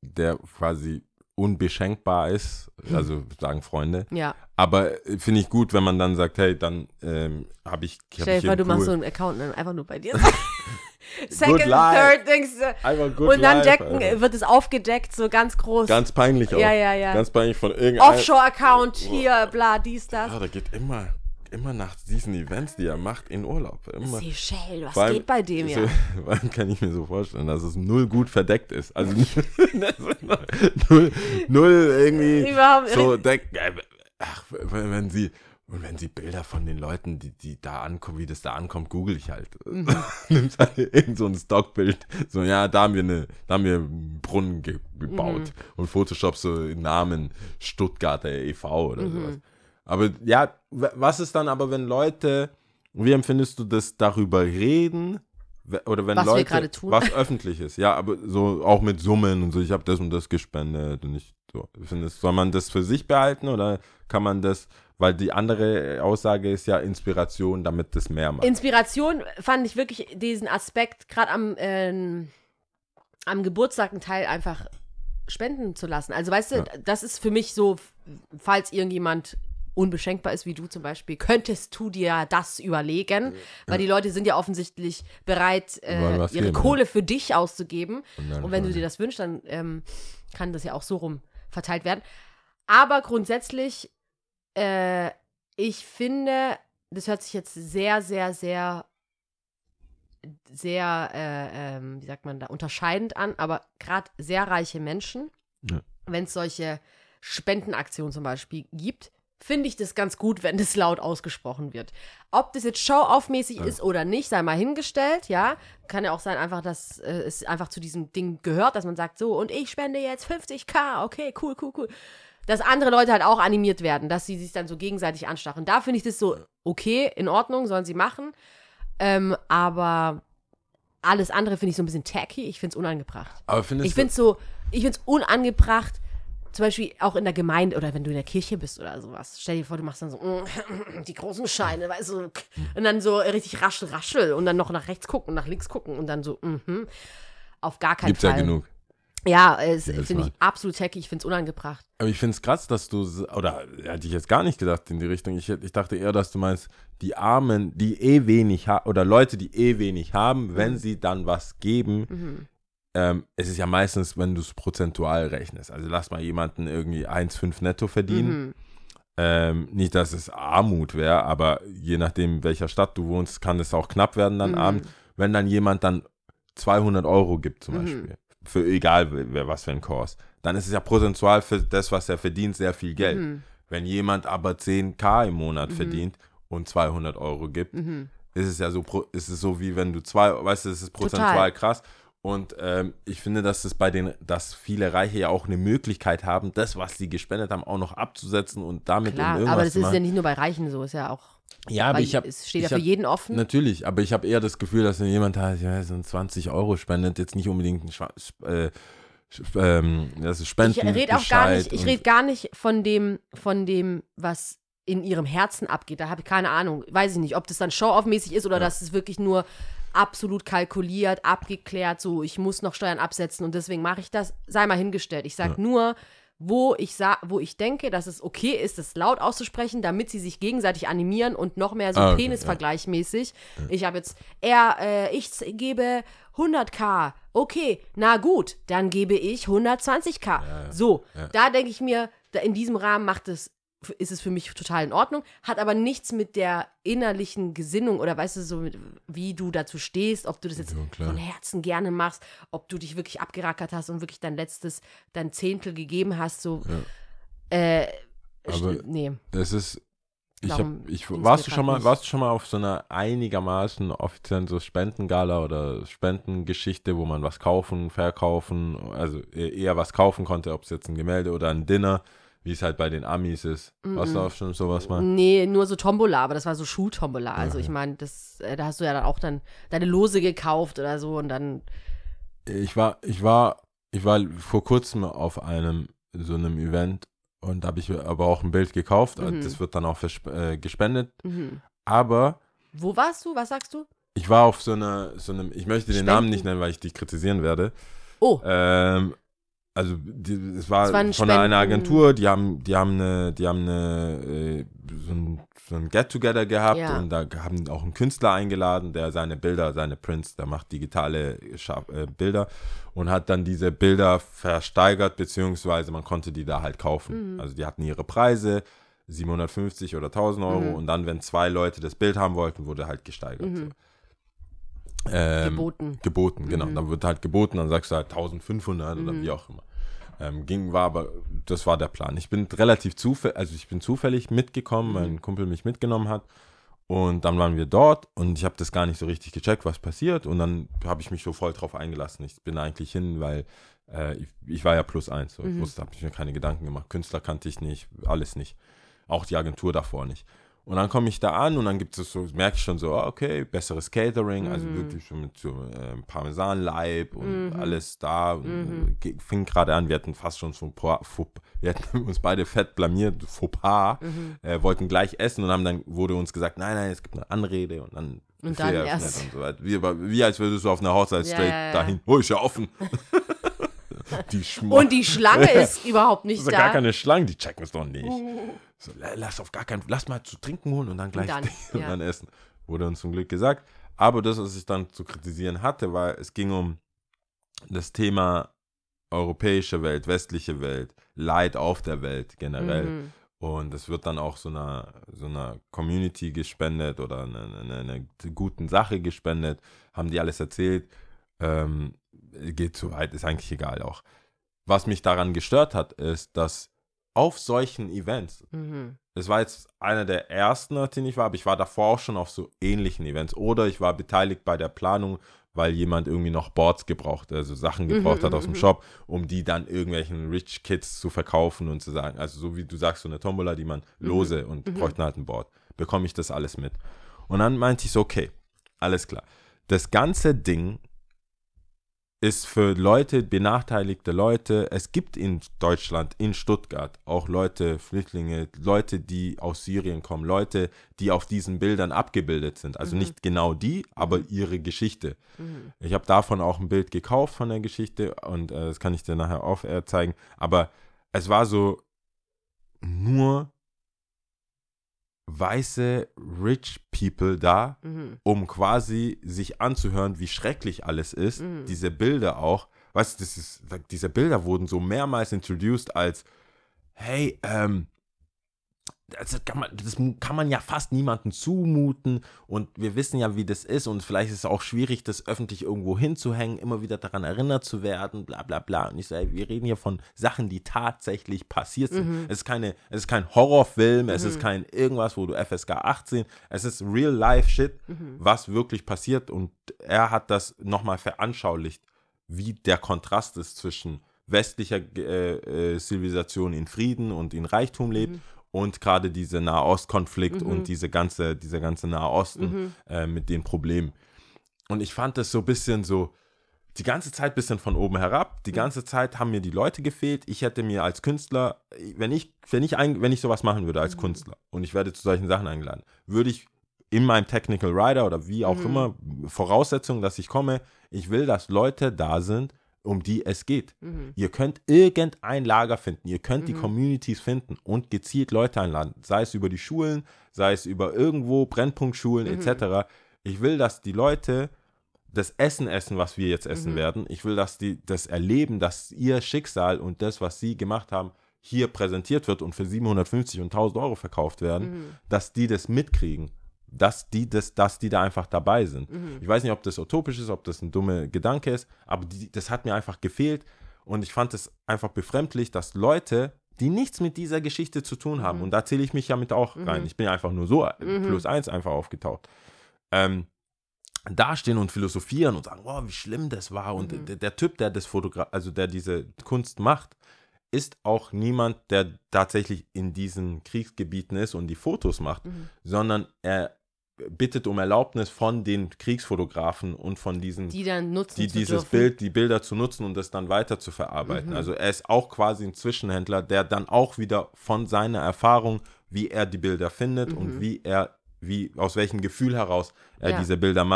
der quasi unbeschenkbar ist, also sagen Freunde. Ja. Aber äh, finde ich gut, wenn man dann sagt, hey, dann ähm, habe ich, hab Stell ich dir vor, hier du einen machst so Pool. einen Account und dann einfach nur bei dir. Second, Good life. third, denkst du. Einfach good Und dann life, decken, Alter. wird es aufgedeckt, so ganz groß. Ganz peinlich auch. Ja, ja, ja. Ganz peinlich von irgendeinem. Offshore-Account, hier, bla, dies, das. Ja, der geht immer, immer nach diesen Events, die er macht, in Urlaub. Immer. Seychelles, was Vor allem- geht bei dem ja? So, vor allem kann ich mir so vorstellen, dass es null gut verdeckt ist. Also null, null irgendwie Überhaupt so deckt. Ach, wenn wenn sie und wenn sie Bilder von den Leuten, die, die da ankommen, wie das da ankommt, google ich halt. Mhm. Nimmst halt irgend so ein Stockbild. So, ja, da haben wir eine, da haben wir einen Brunnen ge gebaut. Mhm. Und Photoshop so Namen Stuttgarter e V oder Mhm. sowas. Aber ja, w- was ist dann aber, wenn Leute, wie empfindest du das darüber reden? We- Oder wenn Was wir Leute, gerade tun. was öffentlich ist, ja, aber so auch mit Summen und so, ich habe das und das gespendet und ich so, findest, soll man das für sich behalten oder kann man das, weil die andere Aussage ist ja Inspiration, damit das mehr macht. Inspiration fand ich wirklich diesen Aspekt, gerade am, ähm, am Geburtstag einen Teil einfach spenden zu lassen. Also weißt du, Ja. das ist für mich so, falls irgendjemand unbeschenkbar ist, wie du zum Beispiel, könntest du dir das überlegen, weil die Leute sind ja offensichtlich bereit, Die wollen äh, was ihre geben, Kohle für dich auszugeben. Und dann Und wenn du schon. dir das wünschst, dann ähm, kann das ja auch so rum verteilt werden. Aber grundsätzlich, äh, ich finde, das hört sich jetzt sehr, sehr, sehr, sehr, äh, ähm, wie sagt man da, unterscheidend an, aber gerade sehr reiche Menschen, Ja. wenn es solche Spendenaktionen zum Beispiel gibt, finde ich das ganz gut, wenn das laut ausgesprochen wird. Ob das jetzt show-off-mäßig ist oder nicht, sei mal hingestellt, ja. Kann ja auch sein, einfach, dass äh, es einfach zu diesem Ding gehört, dass man sagt, so, und ich spende jetzt fünfzigtausend, okay, cool, cool, cool. Dass andere Leute halt auch animiert werden, dass sie sich dann so gegenseitig anstachen. Da finde ich das so, okay, in Ordnung, sollen sie machen. Ähm, aber alles andere finde ich so ein bisschen tacky. Ich finde es unangebracht. Aber findest Ich du- finde es so, ich finde es unangebracht, zum Beispiel auch in der Gemeinde oder wenn du in der Kirche bist oder sowas. Stell dir vor, du machst dann so mm, die großen Scheine, weißt du, und dann so richtig raschel, raschel und dann noch nach rechts gucken, nach links gucken und dann so, mhm. Auf gar keinen Gibt's Fall. ja genug. Ja, es Jedes finde Mal. ich absolut tacky, ich finde es unangebracht. Aber ich finde es krass, dass du, s- oder hätte ich jetzt gar nicht gedacht in die Richtung. Ich, hätt- ich dachte eher, dass du meinst, die Armen, die eh wenig haben, oder Leute, die eh wenig haben, wenn Mhm. sie dann was geben, Mhm. ähm, es ist ja meistens, wenn du es prozentual rechnest. Also lass mal jemanden irgendwie eins Komma fünf netto verdienen. Mhm. Ähm, nicht, dass es Armut wäre, aber je nachdem, in welcher Stadt du wohnst, kann es auch knapp werden dann Mhm. abends. Wenn dann jemand dann zweihundert Euro gibt zum Mhm. Beispiel, für egal wer was für ein Kurs, dann ist es ja prozentual für das, was er verdient, sehr viel Geld. Mhm. Wenn jemand aber zehntausend im Monat Mhm. verdient und zweihundert Euro gibt, Mhm. ist es ja so, pro- ist es so wie wenn du zwei, weißt du, es ist prozentual Total. krass. Und ähm, ich finde, dass es bei den, dass viele Reiche ja auch eine Möglichkeit haben, das, was sie gespendet haben, auch noch abzusetzen und damit um Klar, irgendwas aber das zu ist ja machen. nicht nur bei Reichen so, ist ja auch, Ja, aber weil ich habe es steht ja ich für hab- jeden offen. Natürlich, aber ich habe eher das Gefühl, dass wenn jemand halt ja, so ein zwanzig Euro spendet, jetzt nicht unbedingt ein Schwa äh, Sch- ähm, das ist Ich Spenden. rede auch gar nicht, ich und- rede gar nicht von dem, von dem, was in ihrem Herzen abgeht. Da habe ich keine Ahnung. Weiß ich nicht, ob das dann Show-off-mäßig ist oder Ja. dass es wirklich nur absolut kalkuliert, abgeklärt, so ich muss noch Steuern absetzen und deswegen mache ich das. Sei mal hingestellt. Ich sage Ja. nur, wo ich sa wo ich denke, dass es okay ist, das laut auszusprechen, damit sie sich gegenseitig animieren und noch mehr so Ah, okay, Penisvergleichmäßig. Ich habe jetzt, er, äh, ich z- gebe hunderttausend. Okay, na gut, dann gebe ich hundertzwanzigtausend. Ja, ja. So, Ja. da denke ich mir, da in diesem Rahmen macht es, ist es für mich total in Ordnung, hat aber nichts mit der innerlichen Gesinnung oder weißt du, so mit, wie du dazu stehst, ob du das jetzt Ja, klar. von Herzen gerne machst, ob du dich wirklich abgerackert hast und wirklich dein letztes, dein Zehntel gegeben hast, so, äh, Aber st- nee. Es ist, ich Warum habe, ich, ging's warst mir du schon grad mal, nicht? warst du schon mal auf so einer einigermaßen offiziellen so Spendengala oder Spendengeschichte, wo man was kaufen, verkaufen, also e- eher was kaufen konnte, ob es jetzt ein Gemälde oder ein Dinner, wie es halt bei den Amis ist. Warst du Mhm. auch schon sowas mal? Nee, nur so Tombola, aber das war so Schuhtombola. Also Ja, ich ja. meine, das, äh, da hast du ja dann auch dann deine Lose gekauft oder so und dann, Ich war, ich war, ich war vor kurzem auf einem so einem Event und da habe ich aber auch ein Bild gekauft. Mhm. Das wird dann auch versp- äh, gespendet. mhm. Aber Wo warst du? Was sagst du? ich war auf so einer, so einem, ich möchte den Spenden. Namen nicht nennen, weil ich dich kritisieren werde. Oh, Ähm, also die, es war, Es waren von einer Spenden. Agentur, die haben, die haben eine, die haben eine, äh, so ein, so ein Get-Together gehabt Ja. und da haben auch einen Künstler eingeladen, der seine Bilder, seine Prints, der macht digitale Scha- äh, Bilder und hat dann diese Bilder versteigert, beziehungsweise man konnte die da halt kaufen. Mhm. Also die hatten ihre Preise, siebenhundertfünfzig oder tausend Euro Mhm. und dann, wenn zwei Leute das Bild haben wollten, wurde halt gesteigert. Mhm. So. Ähm, Geboten. Geboten, genau. Mhm. Dann wird halt geboten, dann sagst du halt eintausendfünfhundert oder Mhm. wie auch immer. Ähm, ging, war aber, das war der Plan. Ich bin relativ zufällig, also ich bin zufällig mitgekommen, Mhm. mein Kumpel mich mitgenommen hat und dann waren wir dort und ich habe das gar nicht so richtig gecheckt, was passiert und dann habe ich mich so voll drauf eingelassen. Ich bin eigentlich hin, weil äh, ich, ich war ja plus eins, so. Ich Mhm. wusste, habe ich mir keine Gedanken gemacht. Künstler kannte ich nicht, alles nicht. Auch die Agentur davor nicht. Und dann komme ich da an und dann gibt es so, merke ich schon so, ah, okay, besseres Catering, also Mhm. wirklich schon mit so äh, Parmesanleib und Mhm. alles da. Und, Mhm. äh, fing gerade an, wir hatten fast schon so ein paar, Fauxpas- wir hatten uns beide fett blamiert, Fauxpas, Mhm. äh, wollten gleich essen und haben dann, wurde uns gesagt, nein, nein, es gibt eine Anrede und dann Und Buffet dann eröffnet erst. und so weiter. Wie, wie als würdest du auf einer Hochzeit Ja, straight ja, ja. dahin, oh, ist ja offen. Die Schmo Und die Schlange ist überhaupt das nicht ist ja da. gar keine Schlangen, die checken es doch nicht. Uh. So, la- lass auf gar keinen, lass mal zu trinken holen und dann gleich dann, und ja. dann essen. Wurde uns zum Glück gesagt. Aber das, was ich dann zu kritisieren hatte, war, es ging um das Thema europäische Welt, westliche Welt, Leid auf der Welt generell. Mhm. Und es wird dann auch so einer, so einer Community gespendet oder einer eine, eine guten Sache gespendet. Haben die alles erzählt. Ähm, geht zu weit, ist eigentlich egal auch. Was mich daran gestört hat, ist, dass auf solchen Events, Mhm. es war jetzt einer der ersten, auf denen ich war, aber ich war davor auch schon auf so ähnlichen Events. Oder ich war beteiligt bei der Planung, weil jemand irgendwie noch Boards gebraucht, also Sachen gebraucht Mhm, hat aus dem mhm. Shop, um die dann irgendwelchen Rich Kids zu verkaufen und zu sagen, also so wie du sagst, so eine Tombola, die man lose und Mhm. bräuchten halt ein Board. Bekomme ich das alles mit. Und dann meinte ich so, okay, alles klar. Das ganze Ding ist für Leute, benachteiligte Leute, es gibt in Deutschland, in Stuttgart, auch Leute, Flüchtlinge, Leute, die aus Syrien kommen, Leute, die auf diesen Bildern abgebildet sind. Also Mhm. nicht genau die, aber Mhm. ihre Geschichte. Mhm. Ich habe davon auch ein Bild gekauft von der Geschichte und äh, das kann ich dir nachher auf Air zeigen. Aber es war so nur weiße Rich People da, Mhm. um quasi sich anzuhören, wie schrecklich alles ist. Mhm. Diese Bilder auch, weißt du, das ist, diese Bilder wurden so mehrmals introduced als, hey, ähm, das kann, man, das kann man ja fast niemandem zumuten und wir wissen ja, wie das ist und vielleicht ist es auch schwierig, das öffentlich irgendwo hinzuhängen, immer wieder daran erinnert zu werden, bla bla bla. Und ich sage, wir reden hier von Sachen, die tatsächlich passiert sind. Mhm. Es ist keine, es ist kein Horrorfilm, es Mhm. ist kein irgendwas, wo du F S K achtzehn, es ist Real-Life-Shit, Mhm. was wirklich passiert und er hat das nochmal veranschaulicht, wie der Kontrast ist zwischen westlicher äh, äh, Zivilisation in Frieden und in Reichtum lebt Mhm. und gerade diese Nahostkonflikt Mhm. und diese ganze, dieser ganze Nahosten Mhm. äh, mit den Problemen. Und ich fand das so ein bisschen so, die ganze Zeit ein bisschen von oben herab, die ganze Zeit haben mir die Leute gefehlt. Ich hätte mir als Künstler, wenn ich, wenn ich, ein, wenn ich sowas machen würde als Mhm. Künstler und ich werde zu solchen Sachen eingeladen, würde ich in meinem Technical Writer oder wie auch Mhm. immer, Voraussetzung, dass ich komme, ich will, dass Leute da sind, um die es geht. Mhm. Ihr könnt irgendein Lager finden, ihr könnt die Mhm. Communities finden und gezielt Leute einladen, sei es über die Schulen, sei es über irgendwo Brennpunktschulen Mhm. et cetera. Ich will, dass die Leute das Essen essen, was wir jetzt essen Mhm. werden. Ich will, dass die das erleben, dass ihr Schicksal und das, was sie gemacht haben, hier präsentiert wird und für siebenhundertfünfzig und tausend Euro verkauft werden, Mhm. dass die das mitkriegen. Dass die, das, dass die da einfach dabei sind. Mhm. Ich weiß nicht, ob das utopisch ist, ob das ein dummer Gedanke ist, aber die, das hat mir einfach gefehlt und ich fand es einfach befremdlich, dass Leute, die nichts mit dieser Geschichte zu tun haben, Mhm. und da zähle ich mich ja mit auch rein, Mhm. ich bin ja einfach nur so Mhm. plus eins einfach aufgetaucht, ähm, dastehen und philosophieren und sagen, wow, wie schlimm das war und Mhm. der, der Typ, der das Fotogra- also der diese Kunst macht, ist auch niemand, der tatsächlich in diesen Kriegsgebieten ist und die Fotos macht, Mhm. sondern er bittet um Erlaubnis von den Kriegsfotografen und von diesen, Die dann nutzen die zu dieses dürfen. Bild, die Bilder zu nutzen und das dann weiter zu verarbeiten. Mhm. Also er ist auch quasi ein Zwischenhändler, der dann auch wieder von seiner Erfahrung, wie er die Bilder findet Mhm. und wie er, wie, aus welchem Gefühl heraus er Ja. diese Bilder macht,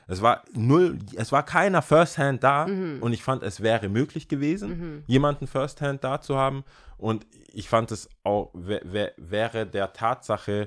Es war null, es war keiner Firsthand da mhm. und ich fand, es wäre möglich gewesen, mhm. jemanden Firsthand da zu haben und ich fand es auch, wär, wär, wäre der Tatsache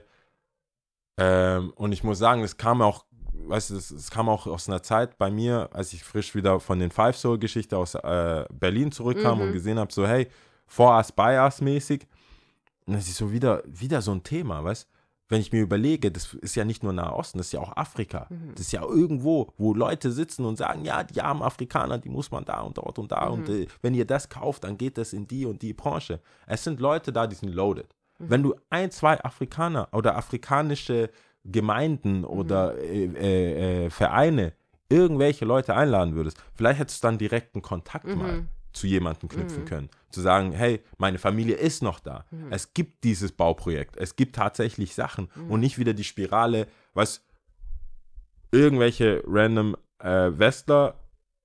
ähm, und ich muss sagen, es kam auch, weißt du, es kam auch aus einer Zeit bei mir, als ich frisch wieder von den Five Soul-Geschichte aus äh, Berlin zurückkam mhm. und gesehen habe, so hey, For Us, By Us mäßig. Und das ist so wieder, wieder so ein Thema, weißt du? Wenn ich mir überlege, das ist ja nicht nur Nahe Osten, das ist ja auch Afrika. Mhm. Das ist ja irgendwo, wo Leute sitzen und sagen, ja, die armen Afrikaner, die muss man da und dort und da. Mhm. Und äh, wenn ihr das kauft, dann geht das in die und die Branche. Es sind Leute da, die sind loaded. Mhm. Wenn du ein, zwei Afrikaner oder afrikanische Gemeinden mhm. oder äh, äh, äh, Vereine irgendwelche Leute einladen würdest, vielleicht hättest du dann direkten Kontakt mhm. mal zu jemandem knüpfen mhm. können. Zu sagen, hey, meine Familie ist noch da. Mhm. Es gibt dieses Bauprojekt. Es gibt tatsächlich Sachen mhm. und nicht wieder die Spirale, was irgendwelche random äh, Westler,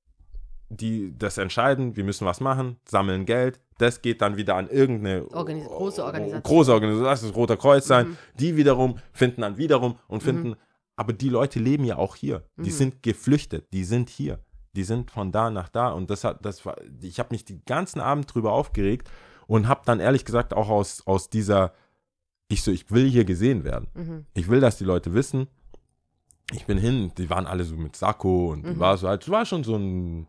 die das entscheiden, wir müssen was machen, sammeln Geld, das geht dann wieder an irgendeine Organis- große Organisation. Große Organisation, lass es Roter Kreuz sein. Mhm. Die wiederum finden dann wiederum und finden, mhm. aber die Leute leben ja auch hier. Mhm. Die sind geflüchtet, die sind hier. Die sind von da nach da und das hat, das war, ich habe mich den ganzen Abend drüber aufgeregt und habe dann ehrlich gesagt auch aus, aus dieser, ich so, ich will hier gesehen werden. Mhm. Ich will, dass die Leute wissen, ich bin hin, die waren alle so mit Sakko und mhm. war so halt, war schon so ein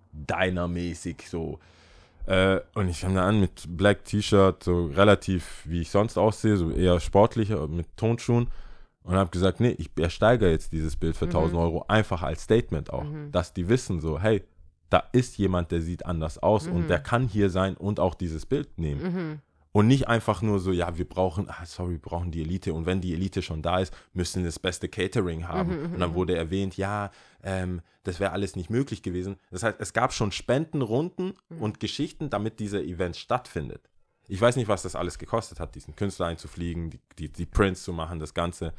Diner-mäßig so. Äh, und ich fange da an mit Black T-Shirt, so relativ wie ich sonst aussehe, so eher sportlicher mit Tonschuhen. Und habe gesagt, nee, ich ersteigere jetzt dieses Bild für mhm. tausend Euro einfach als Statement auch, mhm. dass die wissen so, hey, da ist jemand, der sieht anders aus mhm. und der kann hier sein und auch dieses Bild nehmen. Mhm. Und nicht einfach nur so, ja, wir brauchen, ah, sorry, wir brauchen die Elite und wenn die Elite schon da ist, müssen wir das beste Catering haben. Mhm. Und dann wurde erwähnt, ja, ähm, das wäre alles nicht möglich gewesen. Das heißt, es gab schon Spendenrunden mhm. und Geschichten, damit dieser Event stattfindet. Ich weiß nicht, was das alles gekostet hat, diesen Künstler einzufliegen, die, die, die Prints zu machen, das Ganze.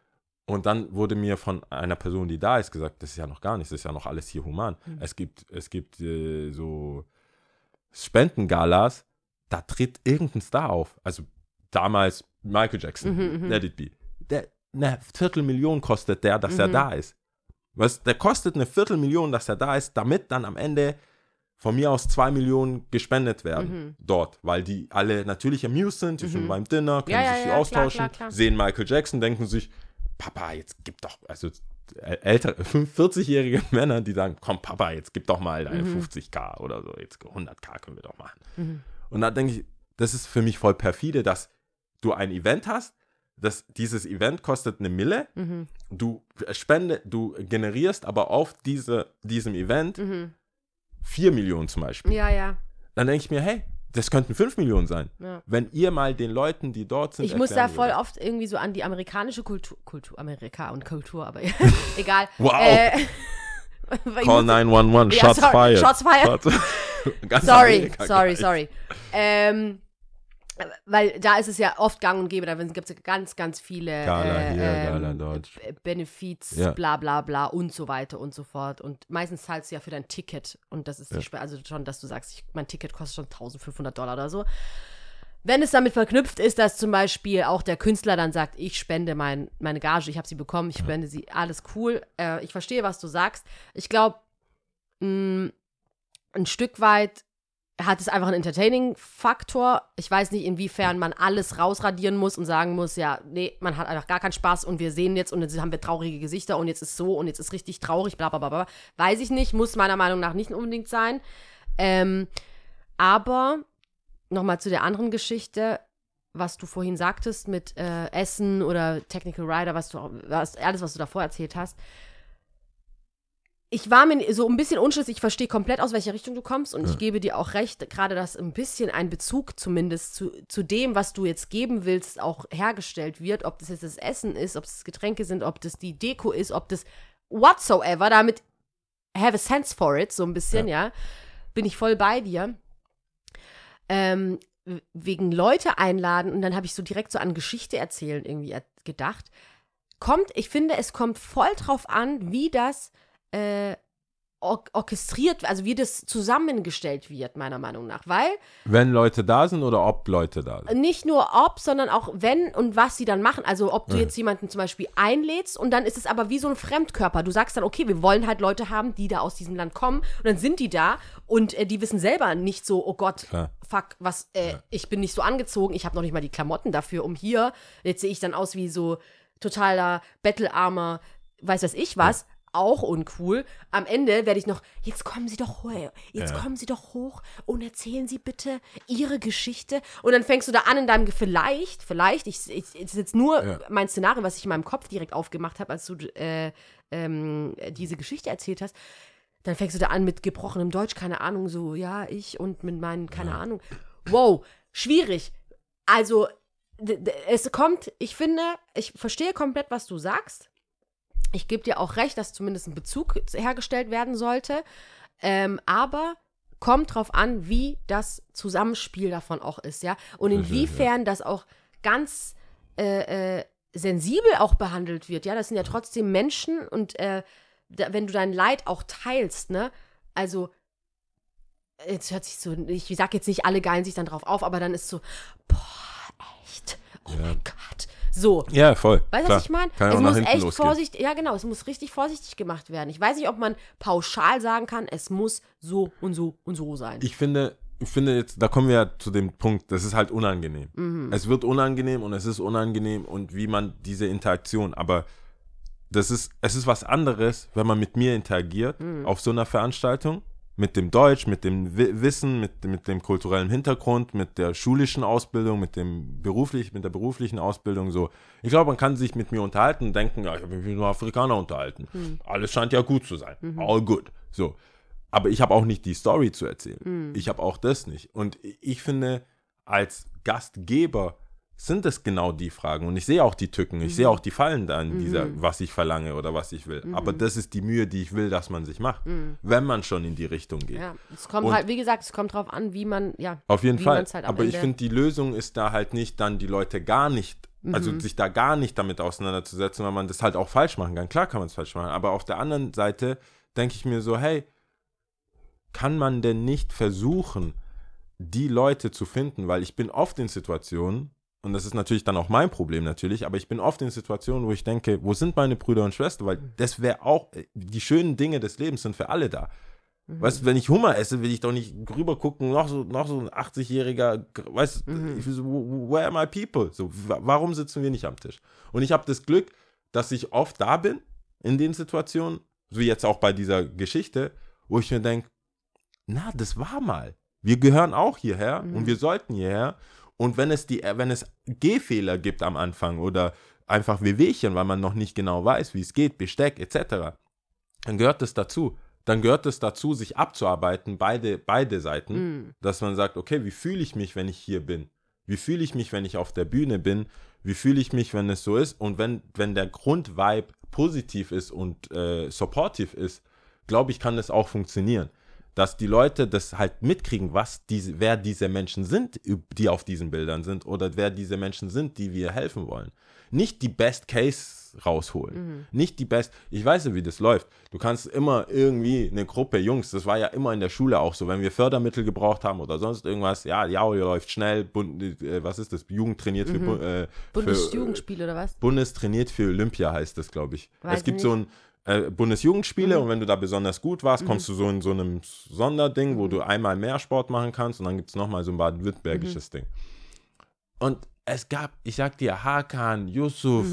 Und dann wurde mir von einer Person, die da ist, gesagt, das ist ja noch gar nichts, das ist ja noch alles hier human. Mhm. Es gibt, es gibt äh, so Spendengalas, da tritt irgendein Star auf. Also damals Michael Jackson, mhm, Let It Be. Der, eine Viertelmillion kostet der, dass mhm. er da ist. Was, der kostet eine Viertelmillion, dass er da ist, damit dann am Ende von mir aus zwei Millionen gespendet werden mhm. dort, weil die alle natürlich amused sind, die mhm. sind beim Dinner, können ja, sich ja, ja, austauschen, klar, klar, klar. sehen Michael Jackson, denken sich, Papa, jetzt gib doch, also ältere, fünfundvierzig-jährige Männer, die sagen, komm Papa, jetzt gib doch mal deine mhm. fünfzigtausend oder so, jetzt hunderttausend können wir doch machen. Mhm. Und da denke ich, das ist für mich voll perfide, dass du ein Event hast, das, dieses Event kostet eine Mille, mhm. du spende, du generierst aber auf diese, diesem Event mhm. vier Millionen zum Beispiel. Ja, ja. Dann denke ich mir, hey, das könnten fünf Millionen sein. Ja. Wenn ihr mal den Leuten, die dort sind, ich muss da voll würdet. oft irgendwie so an die amerikanische Kultur, Kultur, Amerika und Kultur, aber egal. Wow. Äh, Call neun eins eins, ja, Shots sorry, fired. Shots fired. Shots. sorry, Amerika sorry, gleich. sorry. Ähm, weil da ist es ja oft gang und gäbe, da gibt es ganz, ganz viele Gala äh, hier, ähm, Gala dort. Benefits, ja. bla bla bla und so weiter und so fort. Und meistens zahlst du ja für dein Ticket und das ist die ja. Sp- also schon, dass du sagst, ich, mein Ticket kostet schon eintausendfünfhundert Dollar oder so. Wenn es damit verknüpft ist, dass zum Beispiel auch der Künstler dann sagt, ich spende mein, meine Gage, ich habe sie bekommen, ich spende sie, alles cool. Äh, ich verstehe, was du sagst. Ich glaube, ein Stück weit hat es einfach einen Entertaining-Faktor. Ich weiß nicht, inwiefern man alles rausradieren muss und sagen muss, ja, nee, man hat einfach gar keinen Spaß und wir sehen jetzt und jetzt haben wir traurige Gesichter und jetzt ist so und jetzt ist richtig traurig, bla bla bla bla. Weiß ich nicht, muss meiner Meinung nach nicht unbedingt sein. Ähm, aber nochmal zu der anderen Geschichte, was du vorhin sagtest mit äh, Essen oder Technical Rider, was du, was, alles, was du davor erzählt hast. Ich war mir so ein bisschen unschlüssig, ich verstehe komplett, aus welcher Richtung du kommst und ja. ich gebe dir auch recht, gerade dass ein bisschen ein Bezug zumindest zu, zu dem, was du jetzt geben willst, auch hergestellt wird, ob das jetzt das Essen ist, ob es Getränke sind, ob das die Deko ist, ob das whatsoever, damit have a sense for it, so ein bisschen, ja, ja bin ich voll bei dir. Ähm, wegen Leute einladen und dann habe ich so direkt so an Geschichte erzählen irgendwie gedacht. Kommt, ich finde, es kommt voll drauf an, wie das Äh, or- orchestriert, also wie das zusammengestellt wird, meiner Meinung nach. Weil Wenn Leute da sind oder ob Leute da sind? nicht nur ob, sondern auch wenn und was sie dann machen. Also ob du jetzt jemanden zum Beispiel einlädst und dann ist es aber wie so ein Fremdkörper. Du sagst dann, okay, wir wollen halt Leute haben, die da aus diesem Land kommen und dann sind die da und äh, die wissen selber nicht so, oh Gott, Klar. fuck, was, äh, Ja. ich bin nicht so angezogen, ich habe noch nicht mal die Klamotten dafür, um hier, jetzt sehe ich dann aus wie so totaler bettelarmer, weiß was ich was, auch uncool. Am Ende werde ich noch, jetzt kommen Sie doch hoch, jetzt Ja. kommen Sie doch hoch und erzählen Sie bitte Ihre Geschichte. Und dann fängst du da an in deinem, Ge- vielleicht, vielleicht, ich, ich, es ist jetzt nur Ja. mein Szenario, was ich in meinem Kopf direkt aufgemacht habe, als du äh, ähm, diese Geschichte erzählt hast. Dann fängst du da an mit gebrochenem Deutsch, keine Ahnung, so, ja, ich und mit meinen, keine Ahnung. Wow, schwierig. Also, d- d- es kommt, ich finde, ich verstehe komplett, was du sagst. Ich gebe dir auch recht, dass zumindest ein Bezug hergestellt werden sollte. Ähm, aber kommt drauf an, wie das Zusammenspiel davon auch ist, ja. Und inwiefern das auch ganz äh, äh, sensibel auch behandelt wird, ja. Das sind ja trotzdem Menschen und äh, da, wenn du dein Leid auch teilst, ne, also jetzt hört sich so, ich sag jetzt nicht, alle geilen sich dann drauf auf, aber dann ist so, boah, echt, oh Ja. mein Gott, so. Ja, voll. Weißt du, klar. was ich meine? Kann ja Es auch nach muss hinten echt losgehen. vorsichtig, ja genau, es muss richtig vorsichtig gemacht werden. Ich weiß nicht, ob man pauschal sagen kann, es muss so und so und so sein. Ich finde, ich finde jetzt, da kommen wir ja zu dem Punkt, das ist halt unangenehm. Mhm. Es wird unangenehm und es ist unangenehm und wie man diese Interaktion, aber das ist, es ist was anderes, wenn man mit mir interagiert Mhm. auf so einer Veranstaltung, mit dem Deutsch, mit dem Wi- Wissen, mit, mit dem kulturellen Hintergrund, mit der schulischen Ausbildung, mit dem beruflich, mit der beruflichen Ausbildung, so. Ich glaube, man kann sich mit mir unterhalten und denken, ja, ich habe mich mit einem Afrikaner unterhalten. Mhm. Alles scheint ja gut zu sein. All good. So. Aber ich habe auch nicht die Story zu erzählen. Mhm. Ich habe auch das nicht. Und ich finde, als Gastgeber sind es genau die Fragen. Und ich sehe auch die Tücken. Ich sehe auch die Fallen da in dieser, was ich verlange oder was ich will. Aber das ist die Mühe, die ich will, dass man sich macht. Wenn man schon in die Richtung geht. Ja, es kommt Und- halt, wie gesagt, es kommt drauf an, wie man, ja. Auf jeden wie Fall. man's halt am Aber ich Ende- finde, die Lösung ist da halt nicht, dann die Leute gar nicht, also sich da gar nicht damit auseinanderzusetzen, weil man das halt auch falsch machen kann. Klar kann man es falsch machen. Aber auf der anderen Seite denke ich mir so, hey, kann man denn nicht versuchen, die Leute zu finden? Weil ich bin oft in Situationen, und das ist natürlich dann auch mein Problem natürlich, aber ich bin oft in Situationen, wo ich denke, wo sind meine Brüder und Schwestern? Weil das wäre auch, die schönen Dinge des Lebens sind für alle da. Weißt du, wenn ich Hummer esse, will ich doch nicht rüber gucken, noch so, noch so ein achtzigjähriger, weißt du, ich will so, where are my people? So, wa- warum sitzen wir nicht am Tisch? Und ich habe das Glück, dass ich oft da bin, in den Situationen, wie jetzt auch bei dieser Geschichte, wo ich mir denke, na, das war mal. Wir gehören auch hierher und wir sollten hierher. Und wenn es, die, wenn es Gehfehler gibt am Anfang oder einfach Wehwehchen, weil man noch nicht genau weiß, wie es geht, Besteck et cetera, dann gehört es dazu. Dann gehört es dazu, sich abzuarbeiten, beide, beide Seiten, Mhm. dass man sagt, okay, wie fühle ich mich, wenn ich hier bin? Wie fühle ich mich, wenn ich auf der Bühne bin? Wie fühle ich mich, wenn es so ist? Und wenn, wenn der Grundvibe positiv ist und äh, supportive ist, glaube ich, kann das auch funktionieren. Dass die Leute das halt mitkriegen, was diese, wer diese Menschen sind, die auf diesen Bildern sind, oder wer diese Menschen sind, die wir helfen wollen. Nicht die Best Case rausholen. Mhm. Nicht die Best, ich weiß ja, wie das läuft. Du kannst immer irgendwie eine Gruppe Jungs, das war ja immer in der Schule auch so, wenn wir Fördermittel gebraucht haben oder sonst irgendwas, ja, ja, ihr läuft schnell, Bund, äh, was ist das, Jugend trainiert für, Bu- äh, für Bundesjugendspiel oder was? Bundes trainiert für Olympia heißt das, glaube ich. Weiß es gibt ich so ein äh, Bundesjugendspiele und wenn du da besonders gut warst, kommst du so in so einem Sonderding, wo du einmal mehr Sport machen kannst und dann gibt es nochmal so ein baden-württembergisches Ding. Und es gab, ich sag dir, Hakan, Yusuf,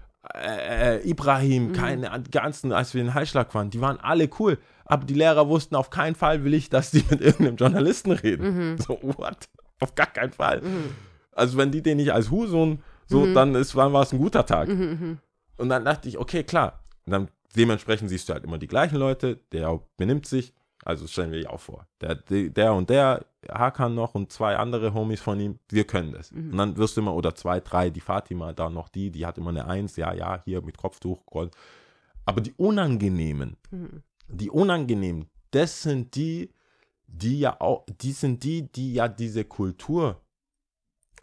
äh, äh, Ibrahim, keine die ganzen, als wir in den Heilschlag waren, die waren alle cool. Aber die Lehrer wussten, auf keinen Fall will ich, dass die mit irgendeinem Journalisten reden. So, what? Auf gar keinen Fall. Also wenn die den nicht als Husun, so, dann ist, war es ein guter Tag. Und dann dachte ich, okay, klar. Und dann dementsprechend siehst du halt immer die gleichen Leute, der benimmt sich, also stellen wir ja auch vor. Der, der und der, Hakan noch und zwei andere Homies von ihm, wir können das. Und dann wirst du immer, oder zwei, drei, die Fatima, da noch die, die hat immer eine Eins, ja, ja, hier mit Kopftuch. Aber die unangenehmen, die unangenehmen, das sind die, die ja auch, die sind die, die ja diese Kultur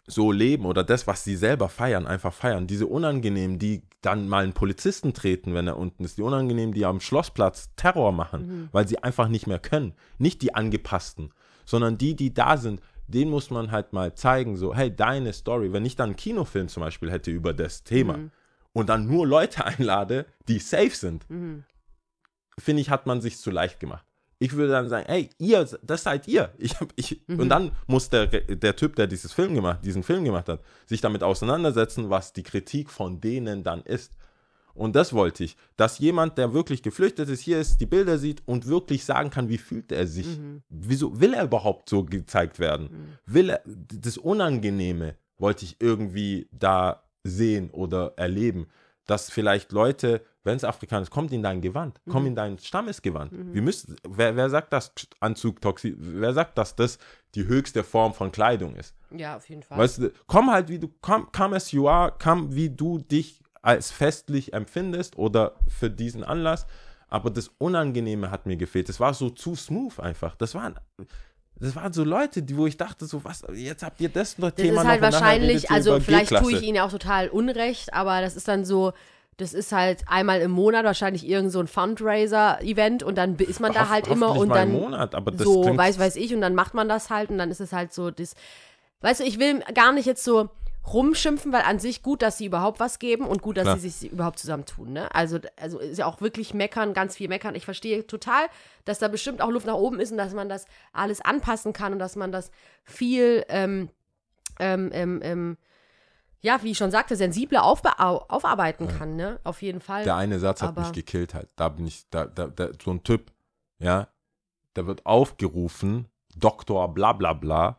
so leben oder das, was sie selber feiern, einfach feiern. Diese Unangenehmen, die dann mal einen Polizisten treten, wenn er unten ist. Die Unangenehmen, die am Schlossplatz Terror machen, mhm. weil sie einfach nicht mehr können. Nicht die Angepassten, sondern die, die da sind, denen muss man halt mal zeigen, so, hey, deine Story. Wenn ich dann einen Kinofilm zum Beispiel hätte über das Thema mhm. und dann nur Leute einlade, die safe sind, mhm. finde ich, hat man sich zu leicht gemacht. Ich würde dann sagen, hey, ihr, das seid ihr. Ich hab, ich, mhm. Und dann muss der, der Typ, der dieses Film gemacht, diesen Film gemacht hat, sich damit auseinandersetzen, was die Kritik von denen dann ist. Und das wollte ich, dass jemand, der wirklich geflüchtet ist, hier ist, die Bilder sieht und wirklich sagen kann, wie fühlt er sich. Mhm. Wieso will er überhaupt so gezeigt werden? Mhm. Will er, das Unangenehme wollte ich irgendwie da sehen oder erleben. Dass vielleicht Leute, wenn es Afrikaner ist, kommt in dein Gewand, mhm. komm in dein Stammesgewand. Mhm. Wir müssen, wer, wer sagt, dass Anzug toxisch, wer sagt, dass das die höchste Form von Kleidung ist? Ja, auf jeden Fall. Weißt du, komm halt, wie du, come, come as you are, komm, wie du dich als festlich empfindest oder für diesen Anlass. Aber das Unangenehme hat mir gefehlt. Das war so zu smooth einfach. Das waren... Das waren so Leute, die, wo ich dachte, so was, jetzt habt ihr das noch Thema. Das ist halt noch wahrscheinlich, also vielleicht tue ich ihnen ja auch total Unrecht, aber das ist dann so, das ist halt einmal im Monat wahrscheinlich irgend so ein Fundraiser-Event und dann ist man da Hoff, halt immer und mal dann im Monat, aber das so, weiß, weiß ich, und dann macht man das halt und dann ist es halt so, das, weißt du, ich will gar nicht jetzt so rumschimpfen, weil an sich gut, dass sie überhaupt was geben und gut, dass Klar. sie sich überhaupt zusammentun, ne? Also, also ist ja auch wirklich meckern, ganz viel meckern. Ich verstehe total, dass da bestimmt auch Luft nach oben ist und dass man das alles anpassen kann und dass man das viel, ähm, ähm, ähm, ähm, ja, wie ich schon sagte, sensibler aufbe- au- aufarbeiten ja. kann, ne? Auf jeden Fall. Der eine Satz hat Aber mich gekillt halt. Da bin ich, da, da, da, so ein Typ, ja, da wird aufgerufen, Doktor bla bla bla.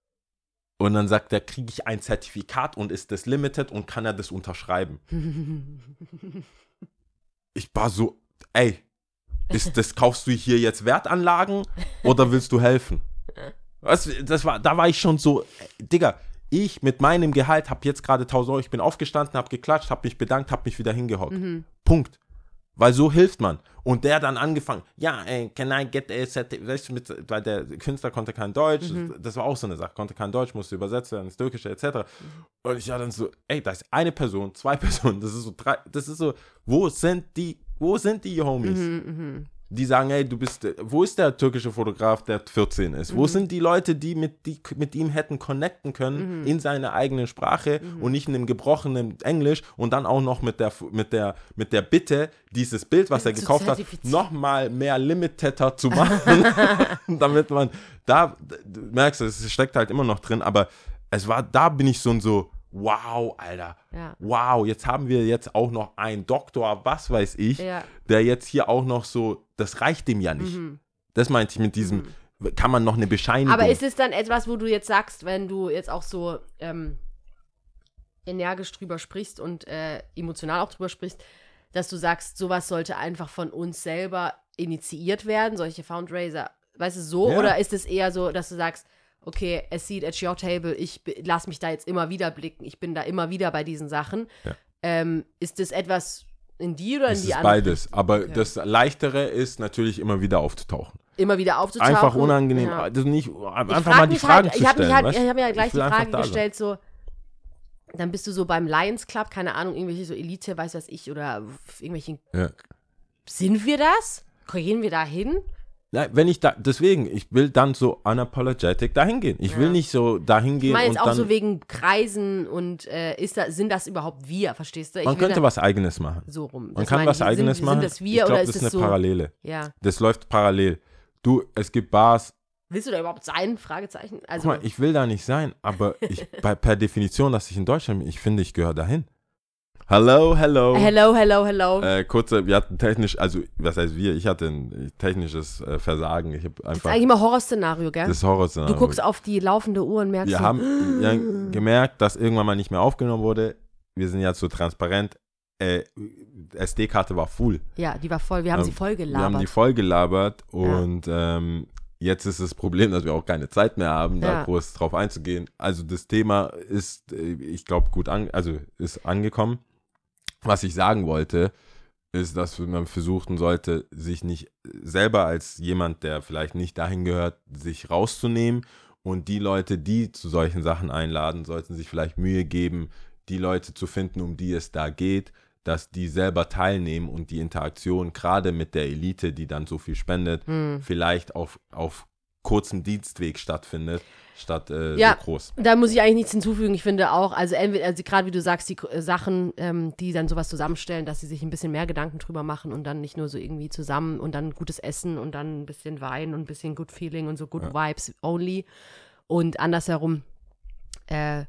Und dann sagt er, kriege ich ein Zertifikat und ist das limited und kann er das unterschreiben? Ich war so, ey, ist das, kaufst du hier jetzt Wertanlagen oder willst du helfen? Was, das war, da war ich schon so, Digga, ich mit meinem Gehalt habe jetzt gerade tausend Euro, ich bin aufgestanden, habe geklatscht, habe mich bedankt, habe mich wieder hingehockt. Mhm. Punkt. Weil so hilft man. Und der dann angefangen, ja, ey, can I get a certificate, weil der Künstler konnte kein Deutsch, mhm. das war auch so eine Sache, konnte kein Deutsch, musste übersetzt werden ins Türkische et cetera. Mhm. Und ich war dann so, ey, da ist eine Person, zwei Personen, das ist so drei, das ist so, wo sind die, wo sind die Homies? Mhm, mh. Die sagen, ey, du bist, wo ist der türkische Fotograf, der vierzehn ist? Mhm. Wo sind die Leute, die mit, die mit ihm hätten connecten können mhm. in seiner eigenen Sprache mhm. und nicht in dem gebrochenen Englisch und dann auch noch mit der, mit der, mit der Bitte, dieses Bild, was er gekauft hat, nochmal mehr limiteder zu machen, damit man, da, du merkst, es steckt halt immer noch drin, aber es war, da bin ich so und so, wow, Alter, ja. wow, jetzt haben wir jetzt auch noch einen Doktor, was weiß ich, ja. der jetzt hier auch noch so, das reicht dem ja nicht. Mhm. Das meinte ich mit diesem, mhm. kann man noch eine Bescheinigung. Aber ist es dann etwas, wo du jetzt sagst, wenn du jetzt auch so ähm, energisch drüber sprichst und äh, emotional auch drüber sprichst, dass du sagst, sowas sollte einfach von uns selber initiiert werden, solche Fundraiser, weißt du, so? Ja. Oder ist es eher so, dass du sagst, okay, a seat at your table, ich lass mich da jetzt immer wieder blicken, ich bin da immer wieder bei diesen Sachen. Ja. Ähm, ist das etwas in die oder in es die ist andere? Beides, aber okay. Das Leichtere ist natürlich immer wieder aufzutauchen. Immer wieder aufzutauchen? Einfach unangenehm, ja. also nicht, einfach mal die Fragen halt, zu stellen. Ich habe halt, hab mir halt gleich die Frage gestellt, so, dann bist du so beim Lions Club, keine Ahnung, irgendwelche so Elite, weiß was ich, oder irgendwelchen, ja. Sind wir das? Gehen wir da hin? Nein, wenn ich da, deswegen, ich will dann so unapologetic dahin gehen. Ich ja. will nicht so dahin gehen. Ich meine jetzt und auch dann, so wegen Kreisen und äh, ist da, sind das überhaupt wir, verstehst du? Ich man könnte was Eigenes machen. So rum. Man kann was Eigenes sind, machen. Sind das wir ich glaube, oder das ist ist das eine so? Parallele. Ja. Das läuft parallel. Du, es gibt Bars. Willst du da überhaupt sein? Fragezeichen. Also, guck mal, ich will da nicht sein, aber ich, bei, per Definition, dass ich in Deutschland bin, ich finde, ich gehöre dahin. Hallo, hello. Hello, hello, hello. Äh, kurze, wir hatten technisch, also was heißt wir, ich hatte ein technisches äh, Versagen. Ich habe einfach. Das ist eigentlich immer Horrorszenario, gell? Das ist Horrorszenario. Du guckst auf die laufende Uhr und merkst Wir so, haben ja, gemerkt, dass irgendwann mal nicht mehr aufgenommen wurde. Wir sind ja so transparent. Äh, S D-Karte war full. Ja, die war voll. Wir haben ähm, sie voll gelabert. Wir haben die voll gelabert und ja. ähm, jetzt ist das Problem, dass wir auch keine Zeit mehr haben, da ja. groß drauf einzugehen. Also das Thema ist, ich glaube, gut an, also ist angekommen. Was ich sagen wollte, ist, dass man versuchen sollte, sich nicht selber als jemand, der vielleicht nicht dahin gehört, sich rauszunehmen Und die Leute, die zu solchen Sachen einladen, sollten sich vielleicht Mühe geben, die Leute zu finden, um die es da geht, dass die selber teilnehmen und die Interaktion gerade mit der Elite, die dann so viel spendet, Hm. vielleicht auf, auf kurzem Dienstweg stattfindet, statt äh, Ja, so groß. da muss ich eigentlich nichts hinzufügen. Ich finde auch, also entweder, also gerade wie du sagst, die äh, Sachen, ähm, die dann sowas zusammenstellen, dass sie sich ein bisschen mehr Gedanken drüber machen und dann nicht nur so irgendwie zusammen und dann gutes Essen und dann ein bisschen Wein und ein bisschen Good Feeling und so Good Ja. Vibes only. Und andersherum äh,